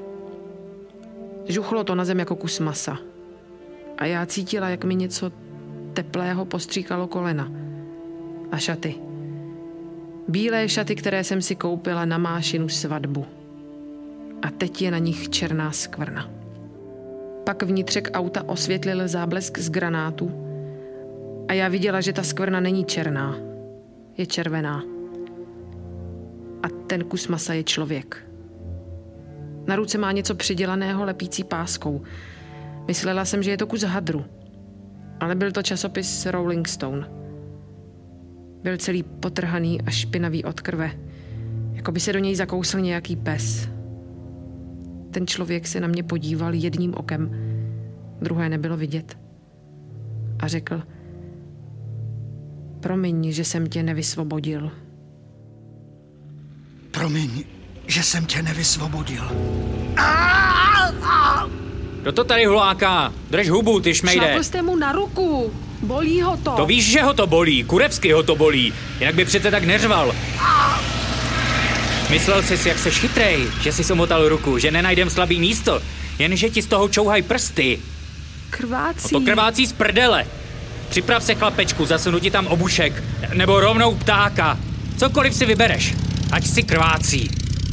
Žuchlo to na zem jako kus masa. A já cítila, jak mi něco teplého postříkalo kolena. A šaty. Bílé šaty, které jsem si koupila na Mášinu svatbu. A teď je na nich černá skvrna. Pak vnitřek auta osvětlil záblesk z granátu a já viděla, že ta skvrna není černá. Je červená. A ten kus masa je člověk. Na ruce má něco přidělaného lepící páskou. Myslela jsem, že je to kus hadru. Ale byl to časopis Rolling Stone. Byl celý potrhaný a špinavý od krve. Jako by se do něj zakousl nějaký pes. Ten člověk se na mě podíval jedním okem. Druhé nebylo vidět. A řekl: promiň, že jsem tě nevysvobodil. Promiň, že jsem tě nevysvobodil. Kdo to tady huláká? Drž hubu, ty šmejde. Šlápl jste mu na ruku. Bolí ho to. To víš, že ho to bolí. Kurevsky ho to bolí. Jinak by přece tak neřval. Myslel jsi si, jak seš chytrej, že jsi omotal ruku, že nenajdem slabý místo, jenže ti z toho čouhaj prsty. Krvácí. No to krvácí z prdele. Připrav se, chlapečku, zasunu ti tam obušek, nebo rovnou ptáka. Cokoliv si vybereš, ať si krvácí.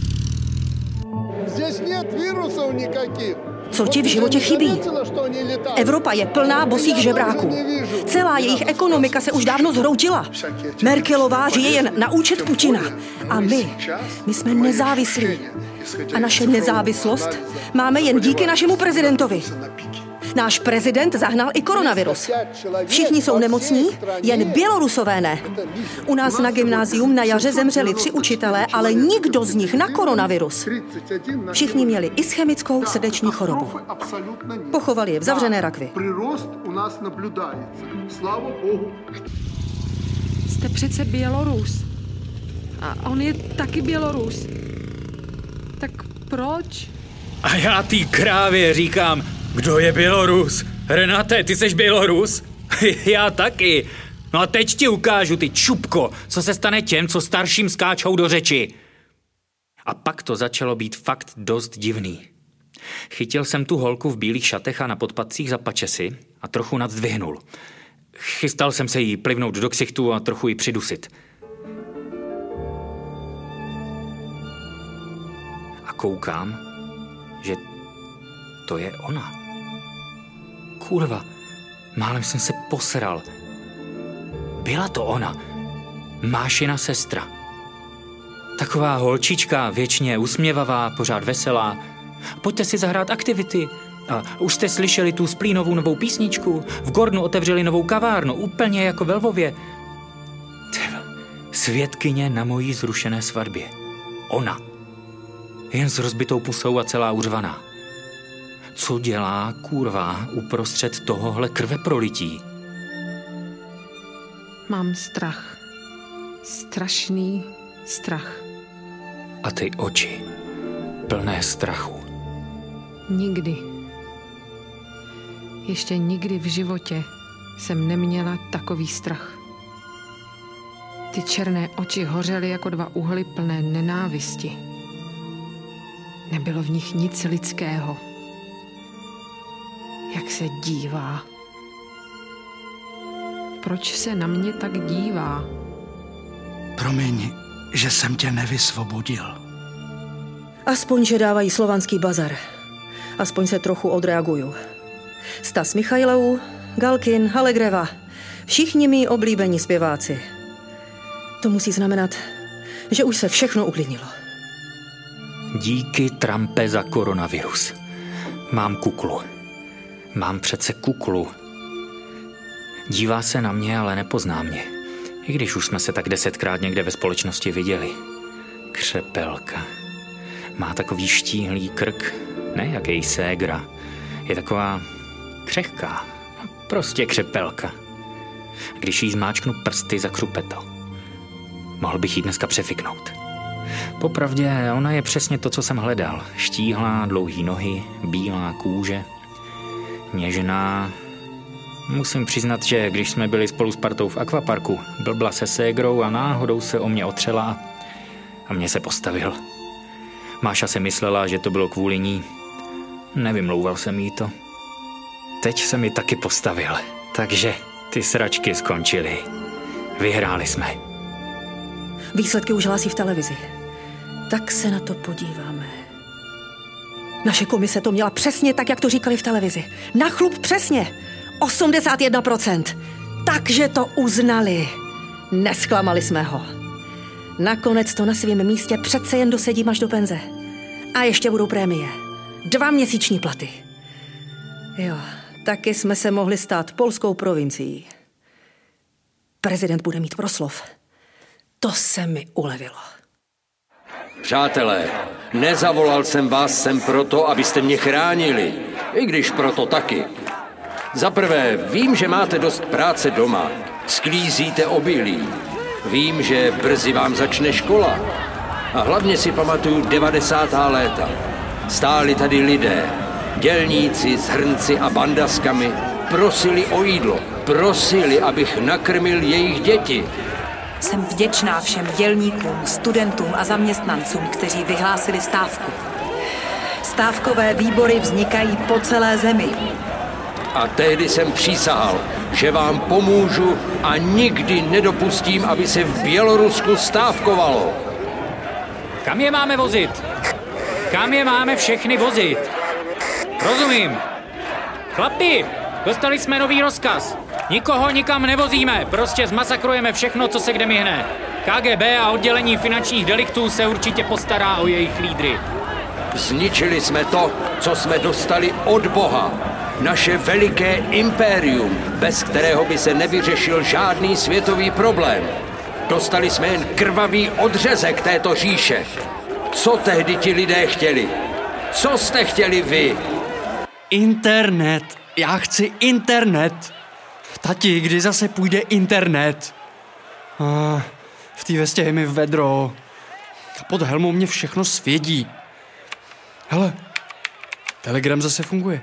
Co ti v životě chybí? Evropa je plná bosých žebráků. Celá jejich ekonomika se už dávno zhroutila. Merkelová žije jen na účet Putina. A my jsme nezávislí. A naše nezávislost máme jen díky našemu prezidentovi. Náš prezident zahnal i koronavirus. Všichni jsou nemocní, jen Bělorusové ne. U nás na gymnázium na jaře zemřeli 3 učitelé, ale nikdo z nich na koronavirus. Všichni měli ischemickou srdeční chorobu. Pochovali je v zavřené rakvi. Jste přece Bělorus. A on je taky Bělorus. Tak proč? A já tý krávě říkám, kdo je Bělorus? Renate, ty seš Bělorus? Já taky. No a teď ti ukážu, ty čupko, co se stane těm, co starším skáčou do řeči. A pak to začalo být fakt dost divný. Chytil jsem tu holku v bílých šatech a na podpatcích za pačesy a trochu nadzdvihnul. Chystal jsem se jí plivnout do ksichtu a trochu ji přidusit. koukám, že to je ona. Kurva, málem jsem se posral. Byla to ona, Mášina sestra. Taková holčička, věčně usměvavá, pořád veselá. Pojďte si zahrát aktivity. A už jste slyšeli tu Splínovou novou písničku? V Gordonu otevřeli novou kavárnu, úplně jako ve Lvově. Svědkyně na mojí zrušené svatbě. Ona. Jen s rozbitou pusou a celá uřvaná. Co dělá, kurva, uprostřed tohohle krveprolití? Mám strach. Strašný strach. A ty oči, plné strachu. Nikdy. Ještě nikdy v životě jsem neměla takový strach. Ty černé oči hořely jako dva uhly plné nenávisti. Nebylo v nich nic lidského. Jak se dívá. Proč se na mě tak dívá? Promiň, že jsem tě nevysvobodil. Aspoň, že dávají slovanský bazar. Aspoň se trochu odreaguju. Stas Michajlov, Galkin, Allegreva. Všichni mý oblíbení zpěváci. To musí znamenat, že už se všechno uklidnilo. Díky, Trumpe, za koronavirus. Mám kuklu. Mám přece kuklu. Dívá se na mě, ale nepozná mě. I když už jsme se tak 10krát někde ve společnosti viděli. Křepelka. Má takový štíhlý krk, ne jak její ségra. Je taková křehká. Prostě křepelka. Když jí zmáčknu prsty, zakřupe to. Mohl bych jí dneska přefiknout. Popravdě, ona je přesně to, co jsem hledal. Štíhlá, dlouhý nohy, bílá kůže. Něžná. Musím přiznat, že když jsme byli spolu s partou v akvaparku, blbla se ségrou a náhodou se o mě otřela a mě se postavil. Máša si myslela, že to bylo kvůli ní. Nevymlouval jsem jí to. Teď se mi taky postavil, takže ty sračky skončily. Vyhráli jsme. Výsledky už hlásí v televizi. Tak se na to podíváme. Naše komise to měla přesně tak, jak to říkali v televizi. Na chlup přesně. 81%. Takže to uznali. Nesklamali jsme ho. Nakonec to na svém místě přece jen dosedím až do penze. A ještě budou prémie. 2 měsíční platy. Jo, taky jsme se mohli stát polskou provincií. Prezident bude mít proslov. To se mi ulevilo. Přátelé, nezavolal jsem vás sem proto, abyste mě chránili. I když proto taky. Za prvé, vím, že máte dost práce doma. Sklízíte obilí. Vím, že brzy vám začne škola. A hlavně si pamatuju 90. léta. Stáli tady lidé, dělníci s hrnci a bandaskami, prosili o jídlo. Prosili, abych nakrmil jejich děti. Jsem vděčná všem dělníkům, studentům a zaměstnancům, kteří vyhlásili stávku. Stávkové výbory vznikají po celé zemi. A tehdy jsem přísahal, že vám pomůžu a nikdy nedopustím, aby se v Bělorusku stávkovalo. Kam je máme vozit? Kam je máme všechny vozit? Rozumím. Chlapi, dostali jsme nový rozkaz. Nikoho nikam nevozíme, prostě zmasakrujeme všechno, co se kde mihne. KGB a oddělení finančních deliktů se určitě postará o jejich lídry. Zničili jsme to, co jsme dostali od Boha. Naše veliké impérium, bez kterého by se nevyřešil žádný světový problém. Dostali jsme jen krvavý odřezek této říše. Co tehdy ti lidé chtěli? Co jste chtěli vy? Internet. Já chci internet. Tati, kdy zase půjde internet? V té vestě je mi vedro. A pod helmou mě všechno svědí. Hele, Telegram zase funguje.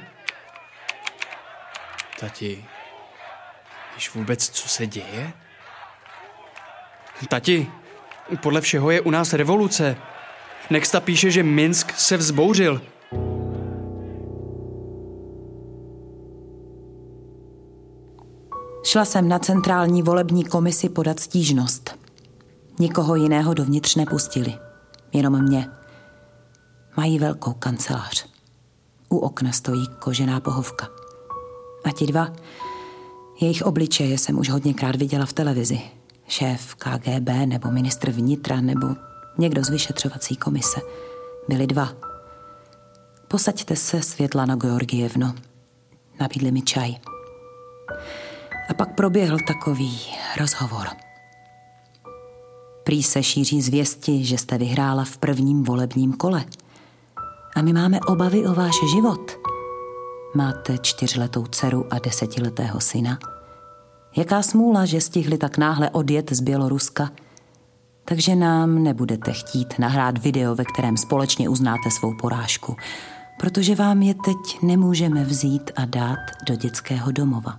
Tati, víš vůbec, co se děje? Tati, podle všeho je u nás revoluce. Nexta píše, že Minsk se vzbouřil. Šla jsem na centrální volební komisi podat stížnost. Nikoho jiného dovnitř nepustili. Jenom mě. Mají velkou kancelář. U okna stojí kožená pohovka. A ti dva, jejich obličeje jsem už hodněkrát viděla v televizi. Šéf KGB nebo ministr vnitra nebo někdo z vyšetřovací komise. Byli dva. Posaďte se, Světlana Georgievno. Nabídli mi čaj. A pak proběhl takový rozhovor. Prý se šíří zvěsti, že jste vyhrála v prvním volebním kole. A my máme obavy o váš život. Máte 4letou dceru a 10letého syna. Jaká smůla, že stihli tak náhle odjet z Běloruska. Takže nám nebudete chtít nahrát video, ve kterém společně uznáte svou porážku. Protože vám je teď nemůžeme vzít a dát do dětského domova.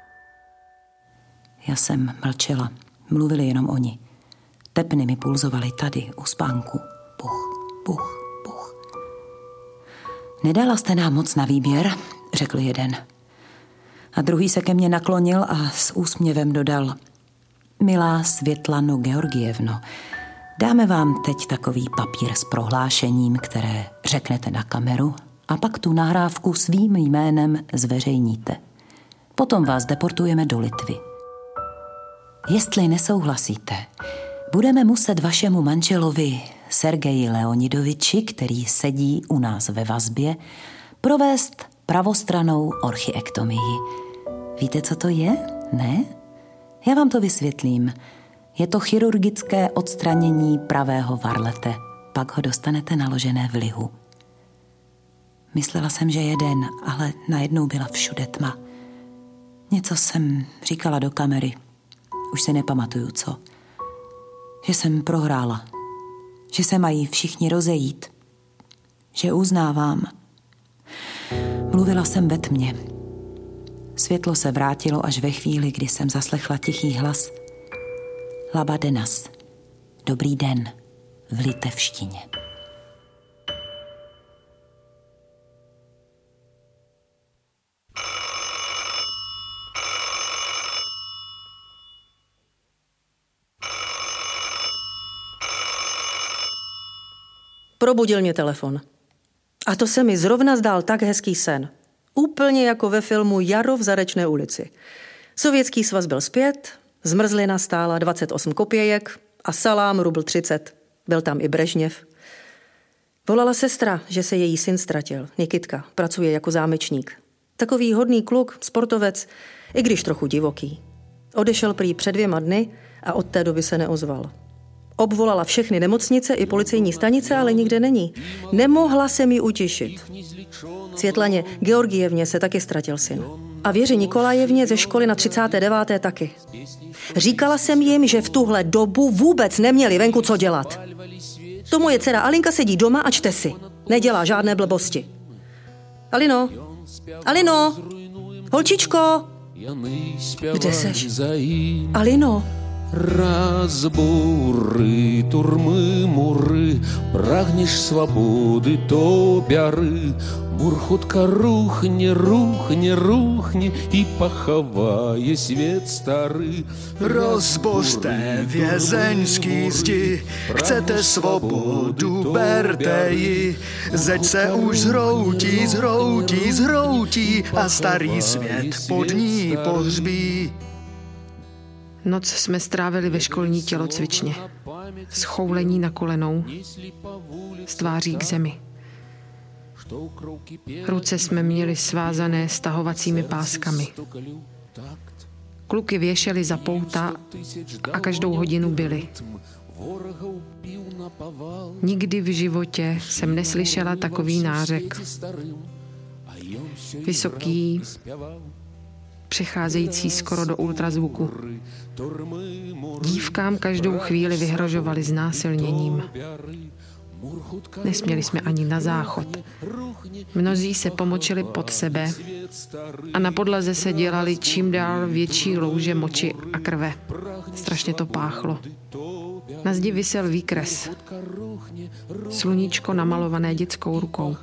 Já jsem mlčela. Mluvili jenom oni. Tepny mi pulzovaly tady, u spánku. Puch, puch, puch. Nedala jste nám moc na výběr, řekl jeden. A druhý se ke mně naklonil a s úsměvem dodal: Milá Světlano Georgievno, dáme vám teď takový papír s prohlášením, které řeknete na kameru a pak tu nahrávku svým jménem zveřejníte. Potom vás deportujeme do Litvy. Jestli nesouhlasíte, budeme muset vašemu manželovi Sergeji Leonidoviči, který sedí u nás ve vazbě, provést pravostranou orchiektomii. Víte, co to je? Ne? Já vám to vysvětlím. Je to chirurgické odstranění pravého varlete. Pak ho dostanete naložené v lihu. Myslela jsem, že jeden, ale najednou byla všude tma. Něco jsem říkala do kamery. Už se nepamatuju, co. Že jsem prohrála. Že se mají všichni rozejít. Že uznávám. Mluvila jsem ve tmě. Světlo se vrátilo až ve chvíli, kdy jsem zaslechla tichý hlas. Labadenas. Dobrý den. V litevštině. Probudil mě telefon. A to se mi zrovna zdál tak hezký sen. Úplně jako ve filmu Jaro v Zarečné ulici. Sovětský svaz byl zpět, zmrzlina stála 28 kopějek a salám rubl 30. Byl tam i Brežněv. Volala sestra, že se její syn ztratil. Nikitka, pracuje jako zámečník. Takový hodný kluk, sportovec, i když trochu divoký. Odešel prý před 2 dny a od té doby se neozval. Obvolala všechny nemocnice i policejní stanice, ale nikde není. Nemohla se mi utišit. Světlaně Georgievně se taky ztratil syn. A Věře Nikolajevně ze školy na 39. taky. Říkala jsem jim, že v tuhle dobu vůbec neměli venku co dělat. To moje dcera Alinka sedí doma a čte si. Nedělá žádné blbosti. Alino, Alino, holčičko, kde seš? Alino. Разбуры, турмы, муры, прагнешь свободы, то бяры. Мурхутка рухни, рухни, рухни и pachavaje svět starý. Rozbořte vězeňský zdi, chcete svobodu, berte ji. Zeď se už zhroutí, zhroutí, zhroutí a starý svět pod ní pohřbí. Noc jsme strávili ve školní tělocvičně. Schoulení na kolenou, s tváří k zemi. Ruce jsme měli svázané stahovacími páskami. Kluky věšeli za pouta a každou hodinu byli. Nikdy v životě jsem neslyšela takový nářek. Vysoký, přecházející skoro do ultrazvuku. Dívkám každou chvíli vyhrožovali znásilněním. Nesměli jsme ani na záchod. Mnozí se pomočili pod sebe a na podlaze se dělali čím dál větší louže moči a krve. Strašně to páchlo. Na zdi visel výkres. Sluníčko namalované dětskou rukou.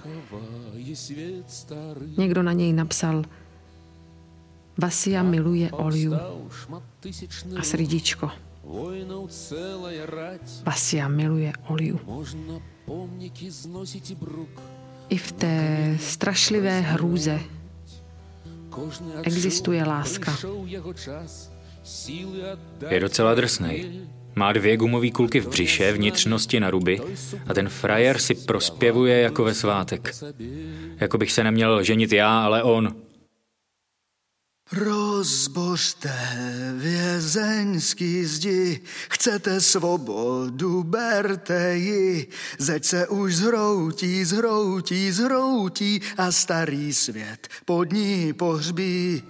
Někdo na něj napsal: Vasia miluje Olju a srdíčko. Vasia miluje Olju. I v té strašlivé hrůze existuje láska. Je docela drsnej. Má 2 gumové kulky v břiše, vnitřnosti na ruby a ten frajer si prospěvuje jako ve svátek. Jako bych se neměl ženit já, ale on. Rozbořte vězeňský zdi, chcete svobodu, berte ji, zeď se už zhroutí a starý svět pod ní pohřbí.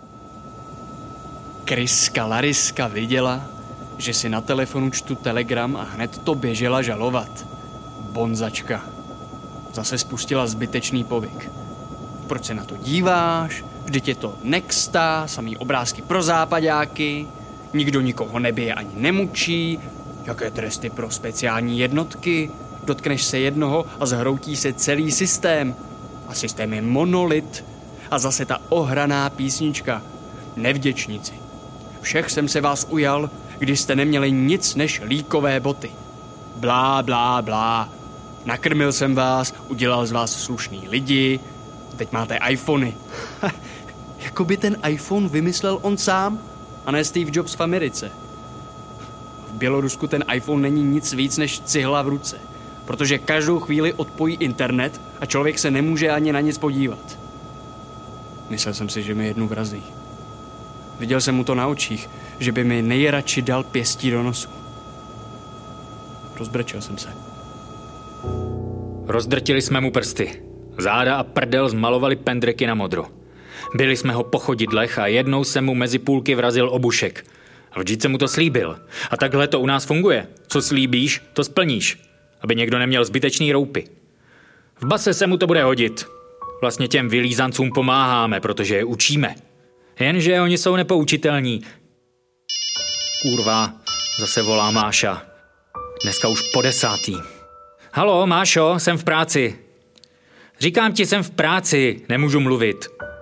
Kryska Lariska viděla, že si na telefonu čtu telegram a hned to běžela žalovat. Bonzačka. Zase spustila zbytečný povyk. Proč se na to díváš? Vždyť je to nexta, samý obrázky pro západáky, nikdo nikoho nebije ani nemučí, jaké tresty pro speciální jednotky, dotkneš se jednoho a zhroutí se celý systém. A systém je monolit. A zase ta ohraná písnička. Nevděčníci. Všech jsem se vás ujal, když jste neměli nic než líkové boty. Blá, blá, blá. Nakrmil jsem vás, udělal z vás slušný lidi, teď máte iPhony. Jakoby ten iPhone vymyslel on sám, a ne Steve Jobs v Americe. V Bělorusku ten iPhone není nic víc než cihla v ruce, protože každou chvíli odpojí internet a člověk se nemůže ani na nic podívat. Myslel jsem si, že mi jednu vrazí. Viděl jsem mu to na očích, že by mi nejradši dal pěstí do nosu. Rozbrečel jsem se. Rozdrtili jsme mu prsty. Záda a prdel zmalovali pendreky na modro. Byli jsme ho po chodidlech a jednou jsem mu mezi půlky vrazil obušek. A vždyť jsem mu to slíbil. A takhle to u nás funguje. Co slíbíš, to splníš. Aby někdo neměl zbytečný roupy. V base se mu to bude hodit. Vlastně těm vylízancům pomáháme, protože je učíme. Jenže oni jsou nepoučitelní. Kurva, zase volá Máša. Dneska už po 10. Haló, Mášo, jsem v práci. Říkám ti, jsem v práci, nemůžu mluvit.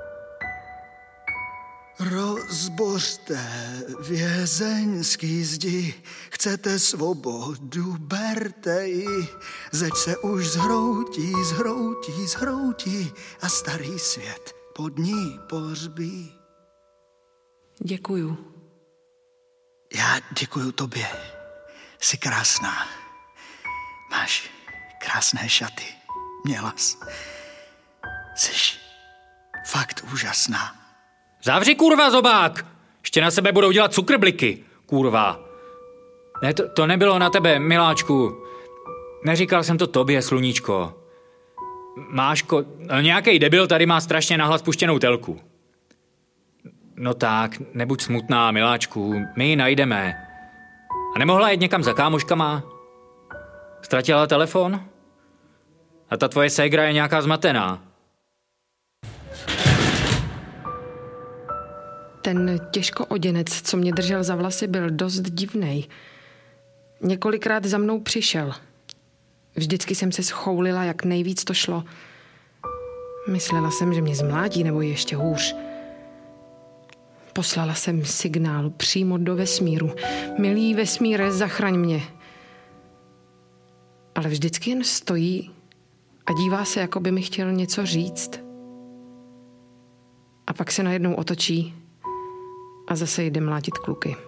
Rozbořte vězeňský zdi, chcete svobodu, berte ji, zeď se už zhroutí a starý svět pod ní pohřbí. Děkuju. Já děkuju tobě. Jsi krásná. Máš krásné šaty. Mělas. Jsi fakt úžasná. Zavři, kurva, zobák! Ještě na sebe budou dělat cukrbliky, kurva. Ne, to nebylo na tebe, miláčku. Neříkal jsem to tobě, sluníčko. Máško, nějaký debil tady má strašně nahlas puštěnou telku. No tak, nebuď smutná, miláčku, my ji najdeme. A nemohla jít někam za kámoškama? Ztratila telefon? A ta tvoje ségra je nějaká zmatená. Ten těžkooděnec, co mě držel za vlasy, byl dost divnej. Několikrát za mnou přišel. Vždycky jsem se schoulila, jak nejvíc to šlo. Myslela jsem, že mě zmlátí, nebo ještě hůř. Poslala jsem signál přímo do vesmíru. Milý vesmíre, zachraň mě. Ale vždycky jen stojí a dívá se, jako by mi chtěl něco říct. A pak se najednou otočí a zase jde mlátit kluky.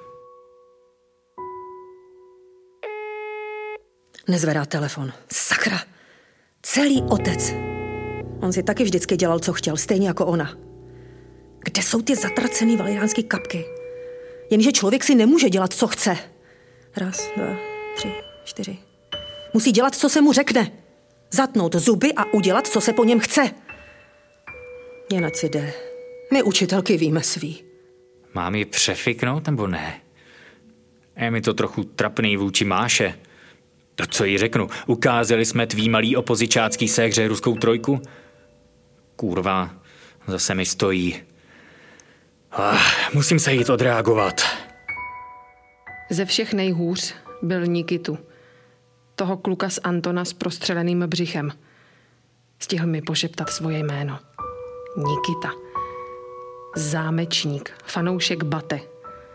Nezvedá telefon. Sakra. Celý otec. On si taky vždycky dělal, co chtěl, stejně jako ona. Kde jsou ty zatracený validánský kapky? Jenže člověk si nemůže dělat, co chce. 1, 2, 3, 4. Musí dělat, co se mu řekne. Zatnout zuby a udělat, co se po něm chce. Jen ať si jde. My učitelky víme svý. Mám ji přefiknout, nebo ne? Je mi to trochu trapný vůči Máše. To, co jí řeknu, ukázali jsme tvý malý opozičácký séhře ruskou trojku? Kurva, zase mi stojí. Musím se jít odreagovat. Ze všech nejhůř byl Nikitu. Toho kluka z Antona s prostřeleným břichem. Stihl mi pošeptat svoje jméno. Nikita. Zámečník, fanoušek Bate.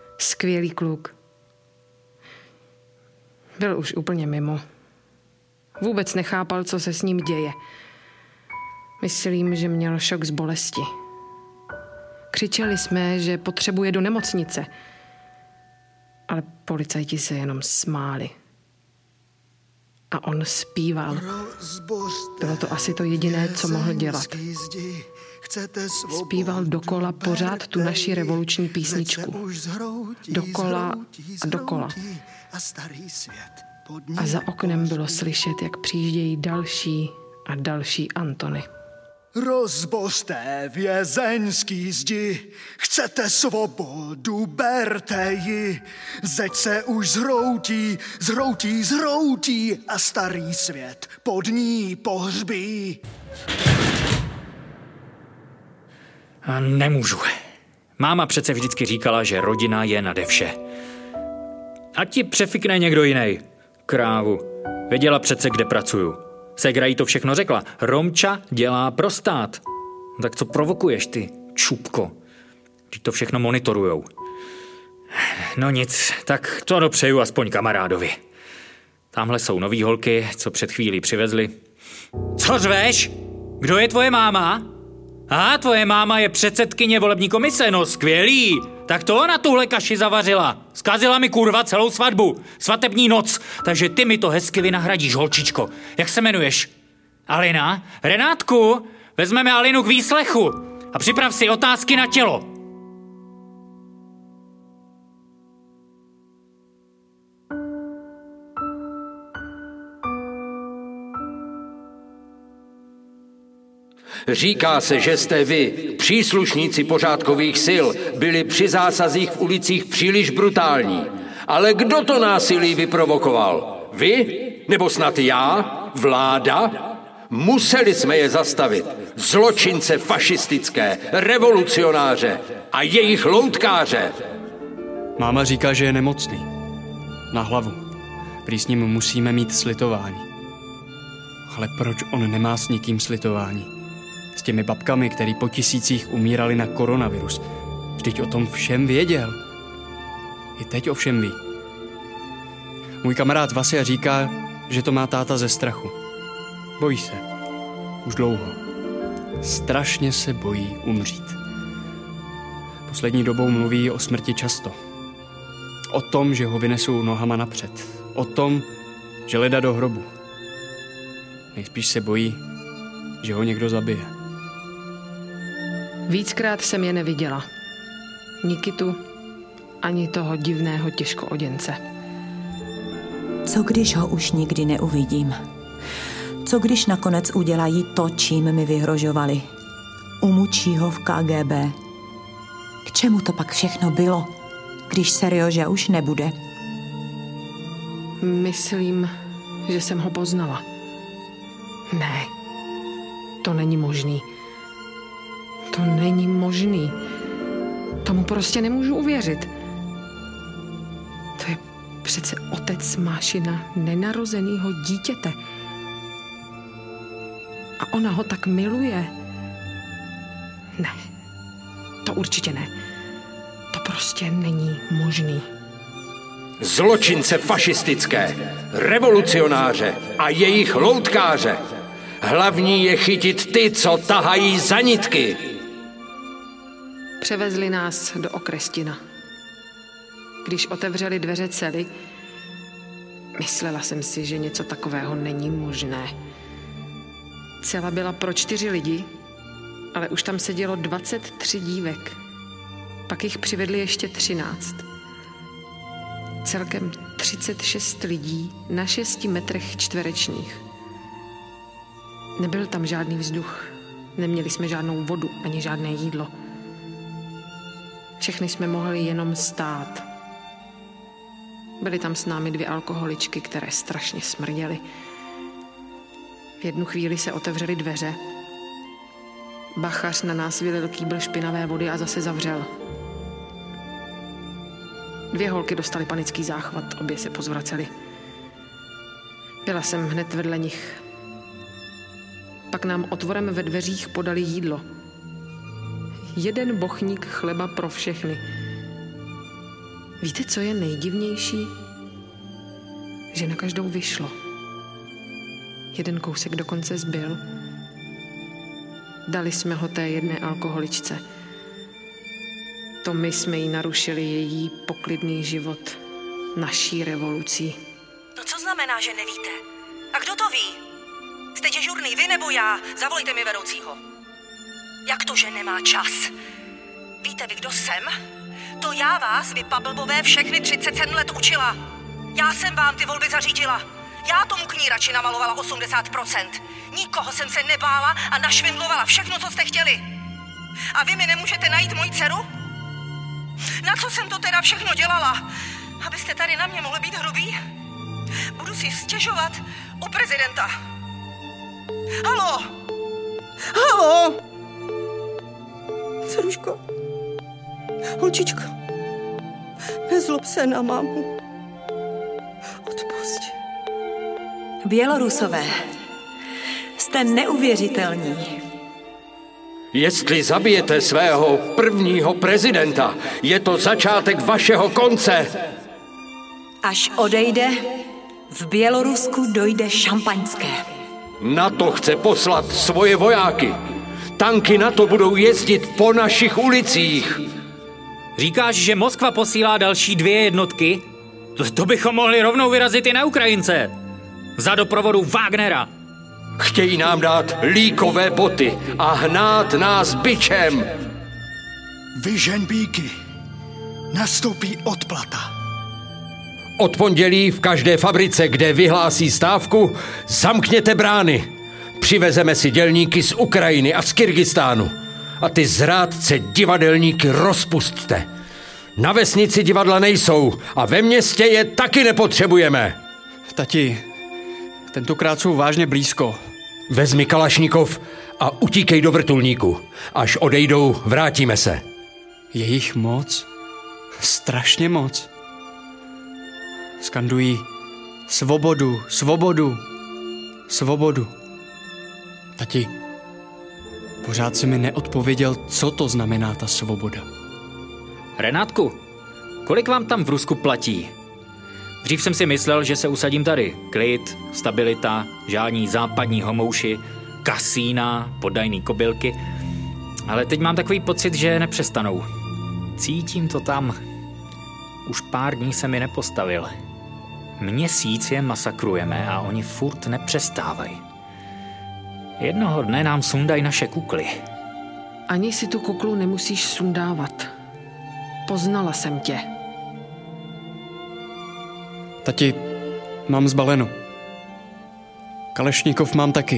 Skvělý kluk. Byl už úplně mimo. Vůbec nechápal, co se s ním děje. Myslím, že měl šok z bolesti. Křičeli jsme, že potřebuje do nemocnice. Ale policajti se jenom smáli. A on zpíval. Bylo to asi to jediné, co mohl dělat. Zpíval dokola pořád tu naši revoluční písničku. Dokola a dokola. A za oknem bylo slyšet, jak přijíždějí další a další Antony. Rozbořte vězeňský zdi, chcete svobodu, berte ji. Zeď se už zhroutí a starý svět pod ní pohřbí. Nemůžu. Máma přece vždycky říkala, že rodina je nade vše. Ať ti přefikne někdo jiný. Krávu. Věděla přece, kde pracuju. Segra jí to všechno řekla. Romča dělá pro stát. Tak co provokuješ ty, čupko? Vždyť to všechno monitorujou. No nic, tak to dopřeju aspoň kamarádovi. Tamhle jsou nový holky, co před chvílí přivezli. Co řveš? Kdo je tvoje máma? Tvoje máma je předsedkyně volební komise, no skvělý. Tak to ona tuhle kaši zavařila. Zkazila mi kurva celou svatbu. Svatební noc. Takže ty mi to hezky vynahradíš, holčičko. Jak se jmenuješ? Alina? Renátku? Vezmeme Alinu k výslechu. A připrav si otázky na tělo. Říká se, že jste vy, příslušníci pořádkových sil, byli při zásazích v ulicích příliš brutální. Ale kdo to násilí vyprovokoval? Vy? Nebo snad já? Vláda? Museli jsme je zastavit. Zločince fašistické, revolucionáře a jejich loutkáře. Máma říká, že je nemocný. Na hlavu. Prý s ním musíme mít slitování. Ale proč on nemá s nikým slitování? S těmi babkami, který po tisících umírali na koronavirus. Vždyť o tom všem věděl. I teď o všem ví. Můj kamarád Vasia říká, že to má táta ze strachu. Bojí se. Už dlouho. Strašně se bojí umřít. Poslední dobou mluví o smrti často. O tom, že ho vynesou nohama napřed. O tom, že leda do hrobu. Nejspíš se bojí, že ho někdo zabije. Víckrát jsem je neviděla. Nikitu, ani toho divného těžkooděnce. Co když ho už nikdy neuvidím? Co když nakonec udělají to, čím mi vyhrožovali? Umučí ho v KGB. K čemu to pak všechno bylo, když Serioža už nebude? Myslím, že jsem ho poznala. Ne, to není možný. To není možný. Tomu prostě nemůžu uvěřit. To je přece otec Mášina nenarozeného dítěte. A ona ho tak miluje. Ne, to určitě ne. To prostě není možný. Zločince fašistické, revolucionáře a jejich loutkáře. Hlavní je chytit ty, co tahají za nitky. Převezli nás do Okrestina. Když otevřeli dveře cely, myslela jsem si, že něco takového není možné. Cela byla pro 4 lidi, ale už tam sedělo 23 dívek. Pak jich přivedli ještě 13. Celkem 36 lidí na 6 metrech čtverečních. Nebyl tam žádný vzduch. Neměli jsme žádnou vodu ani žádné jídlo. Všechny jsme mohli jenom stát. Byly tam s námi 2 alkoholičky, které strašně smrděly. V jednu chvíli se otevřely dveře. Bachař na nás vylil kýbl špinavé vody a zase zavřel. 2 holky dostaly panický záchvat, obě se pozvracely. Byla jsem hned vedle nich. Pak nám otvorem ve dveřích podali jídlo. 1 bochník chleba pro všechny. Víte, co je nejdivnější? Že na každou vyšlo. Jeden kousek dokonce zbyl. Dali jsme ho té jedné alkoholičce. To my jsme jí narušili její poklidný život naší revolucí. No co znamená, že nevíte? A kdo to ví? Jste děžurný vy nebo já? Zavolejte mi vedoucího. Jak to, že nemá čas? Víte vy, kdo jsem? To já vás, vy pablbové, všechny 37 let učila. Já jsem vám ty volby zařídila. Já tomu knírači namalovala 80%. Nikoho jsem se nebála a našvindlovala všechno, co jste chtěli. A vy mi nemůžete najít moji dceru? Na co jsem to teda všechno dělala? Abyste tady na mě mohli být hrubý? Budu si stěžovat u prezidenta. Haló? Haló? Dceruško, holčičko, nezlob se na mámu. Odpusť. Bělorusové, jste neuvěřitelní. Jestli zabijete svého prvního prezidenta, je to začátek vašeho konce. Až odejde, v Bělorusku dojde šampaňské. NATO chce poslat svoje vojáky. Tanky NATO budou jezdit po našich ulicích. Říkáš, že Moskva posílá další 2 jednotky? To bychom mohli rovnou vyrazit i na Ukrajince. Za doprovodu Wagnera. Chtějí nám dát líkové boty a hnát nás bičem. Vyžeň bíky. Nastoupí odplata. Od pondělí v každé fabrice, kde vyhlásí stávku, zamkněte brány. Přivezeme si dělníky z Ukrajiny a z Kyrgyzstánu. A ty zrádce divadelníky rozpusťte. Na vesnici divadla nejsou a ve městě je taky nepotřebujeme. Tati, tentokrát jsou vážně blízko. Vezmi kalašníkov a utíkej do vrtulníku. Až odejdou, vrátíme se. Je jich moc? Strašně moc. Skandují svobodu, svobodu, svobodu. Tati, pořád si mi neodpověděl, co to znamená ta svoboda. Renátku, kolik vám tam v Rusku platí? Dřív jsem si myslel, že se usadím tady. Klid, stabilita, žádní západní homouši, kasína, poddajný kobylky. Ale teď mám takový pocit, že nepřestanou. Cítím to tam. Už pár dní se mi nepostavil. Měsíc je masakrujeme a oni furt nepřestávají. Jednoho dne nám sundají naše kukly. Ani si tu kuklu nemusíš sundávat. Poznala jsem tě. Tati, mám zbaleno. Kalešníkov mám taky.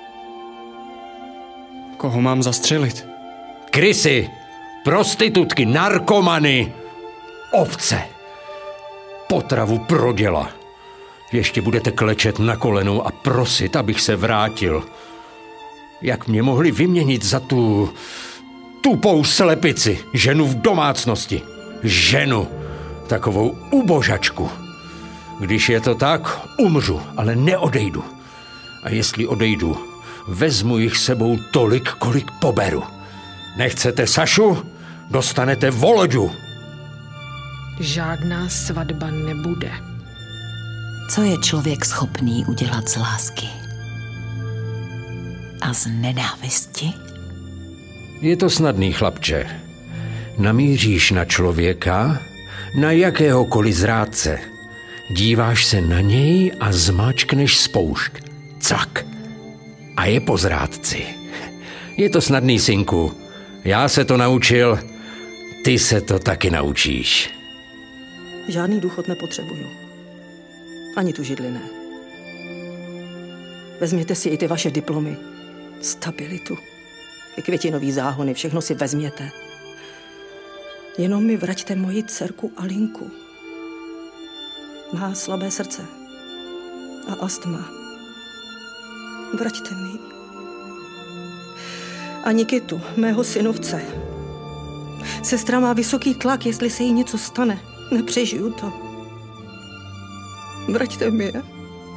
Koho mám zastřelit? Krysy, prostitutky, narkomany, ovce. Potravu pro děla. Ještě budete klečet na kolenou a prosit, abych se vrátil. Jak mě mohli vyměnit za tu tupou slepici, ženu v domácnosti. Ženu, takovou ubožačku. Když je to tak, umřu, ale neodejdu. A jestli odejdu, vezmu jich sebou tolik, kolik poberu. Nechcete Sašu? Dostanete Voloďu. Žádná svatba nebude. Co je člověk schopný udělat z lásky? A z nenávisti? Je to snadný, chlapče. Namíříš na člověka, na jakéhokoliv zrádce. Díváš se na něj a zmáčkneš spoušť. Cak. A je po zrádci. Je to snadný, synku. Já se to naučil, ty se to taky naučíš. Žádný důchod nepotřebuju. Ani tu židli ne. Vezměte si i ty vaše diplomy. Stabilitu. I květinový záhony, všechno si vezměte. Jenom mi vraťte moji dcerku Alinku. Má slabé srdce a astma. Vraťte mi ji. A Nikitu, mého synovce. Sestra má vysoký tlak, jestli se jí něco stane. Nepřežiju to. Vraťte mi je.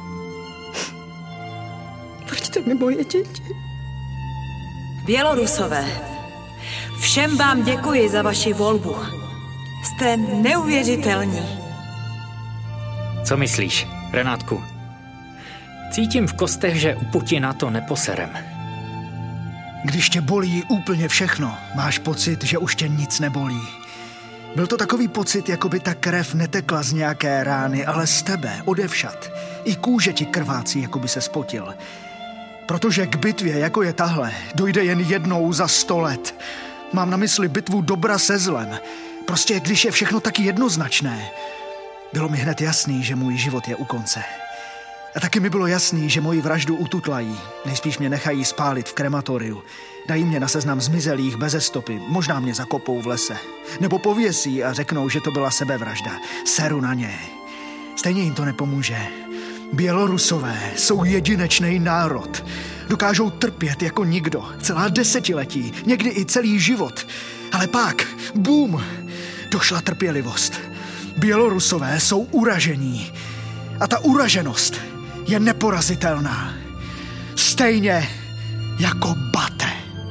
Vraťte mi moje děti. Bělorusové, všem vám děkuji za vaši volbu. Jste neuvěřitelní. Co myslíš, Renátku? Cítím v kostech, že u Putina to neposerem. Když tě bolí úplně všechno, máš pocit, že už tě nic nebolí. Byl to takový pocit, jako by ta krev netekla z nějaké rány, ale z tebe, odevšad. I kůže ti krvácí, jako by se spotil. Protože k bitvě, jako je tahle, dojde jen jednou za 100 let. Mám na mysli bitvu dobra se zlem. Prostě když je všechno tak jednoznačné. Bylo mi hned jasný, že můj život je u konce. A taky mi bylo jasný, že moji vraždu ututlají. Nejspíš mě nechají spálit v krematoriu. Dají mě na seznam zmizelých beze stopy. Možná mě zakopou v lese. Nebo pověsí a řeknou, že to byla sebevražda. Seru na ně. Stejně jim to nepomůže. Bělorusové jsou jedinečný národ. Dokážou trpět jako nikdo. Celá desetiletí, někdy i celý život. Ale pak, bum, došla trpělivost. Bělorusové jsou uražení. A ta uraženost je neporazitelná. Stejně jako Bate.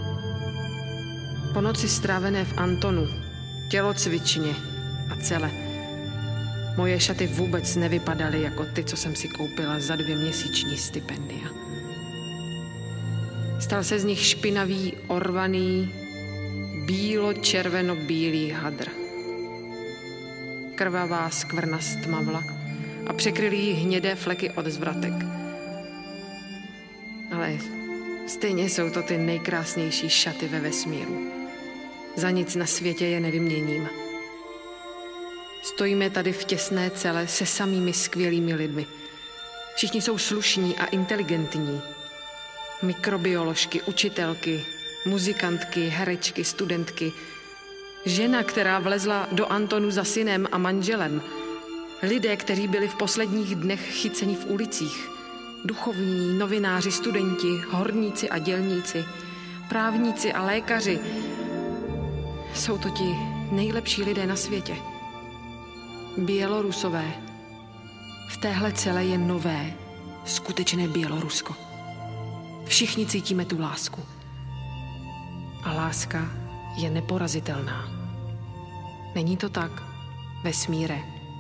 Po noci strávené v Antonu, tělocvičně a celé. Moje šaty vůbec nevypadaly jako ty, co jsem si koupila za 2měsíční stipendia. Stal se z nich špinavý, orvaný, bílo-červeno-bílý hadr. Krvavá skvrna stmavla a překryly jí hnědé fleky od zvratek. Ale stejně jsou to ty nejkrásnější šaty ve vesmíru. Za nic na světě je nevyměním. Stojíme tady v těsné cele se samými skvělými lidmi. Všichni jsou slušní a inteligentní. Mikrobioložky, učitelky, muzikantky, herečky, studentky. Žena, která vlezla do Antonu za synem a manželem. Lidé, kteří byli v posledních dnech chyceni v ulicích. Duchovní, novináři, studenti, horníci a dělníci, právníci a lékaři. Jsou to ti nejlepší lidé na světě. Bělorusové. V téhle celé je nové, skutečné Bělorusko. Všichni cítíme tu lásku. A láska je neporazitelná. Není to tak, vesmíre?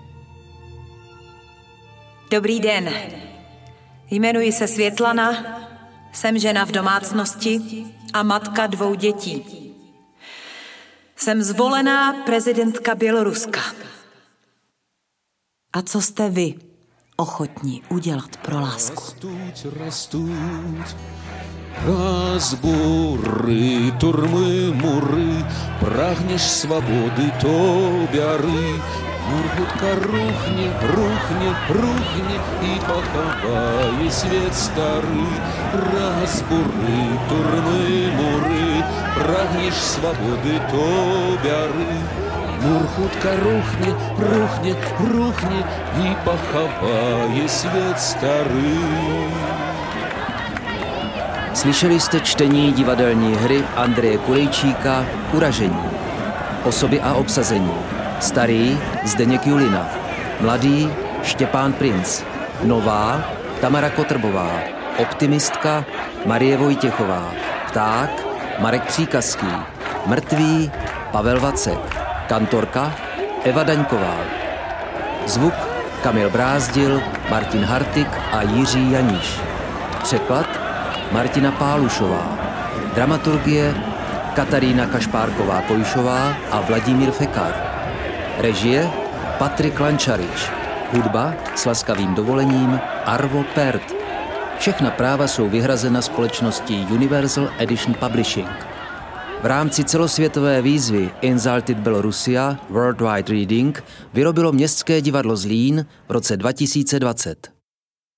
Dobrý den. Jmenuji se Světlana, jsem žena v domácnosti a matka 2 dětí. Jsem zvolená prezidentka Běloruska. A co jste vy ochotní udělat pro lásku? Растут разборы, турмы, муры, прагнешь свободы, то бяры. Мургутка рухни, рухни, рухни, и поховай свет старый. Разборы, турмы, муры, прагнешь свободы, то бяры. Мургутка рухни, рухни, рухни, и поховай свет старый. Slyšeli jste čtení divadelní hry Andreje Kulejčíka Uražení. Osoby a obsazení. Starý Zdeněk Julina. Mladý Štěpán Princ. Nová Tamara Kotrbová. Optimistka Marie Vojtěchová. Pták Marek Příkazský. Mrtvý Pavel Vacek. Kantorka Eva Daňková. Zvuk Kamil Brázdil, Martin Hartik a Jiří Janíš. Překlad Martina Pálušová. Dramaturgie Katarína Kašpárková-Kojšová a Vladimír Fekar. Režie Patrik Lančarič. Hudba s laskavým dovolením Arvo Pärt. Všechna práva jsou vyhrazena společností Universal Edition Publishing. V rámci celosvětové výzvy Insulted Bělorusia Worldwide Reading vyrobilo Městské divadlo Zlín v roce 2020.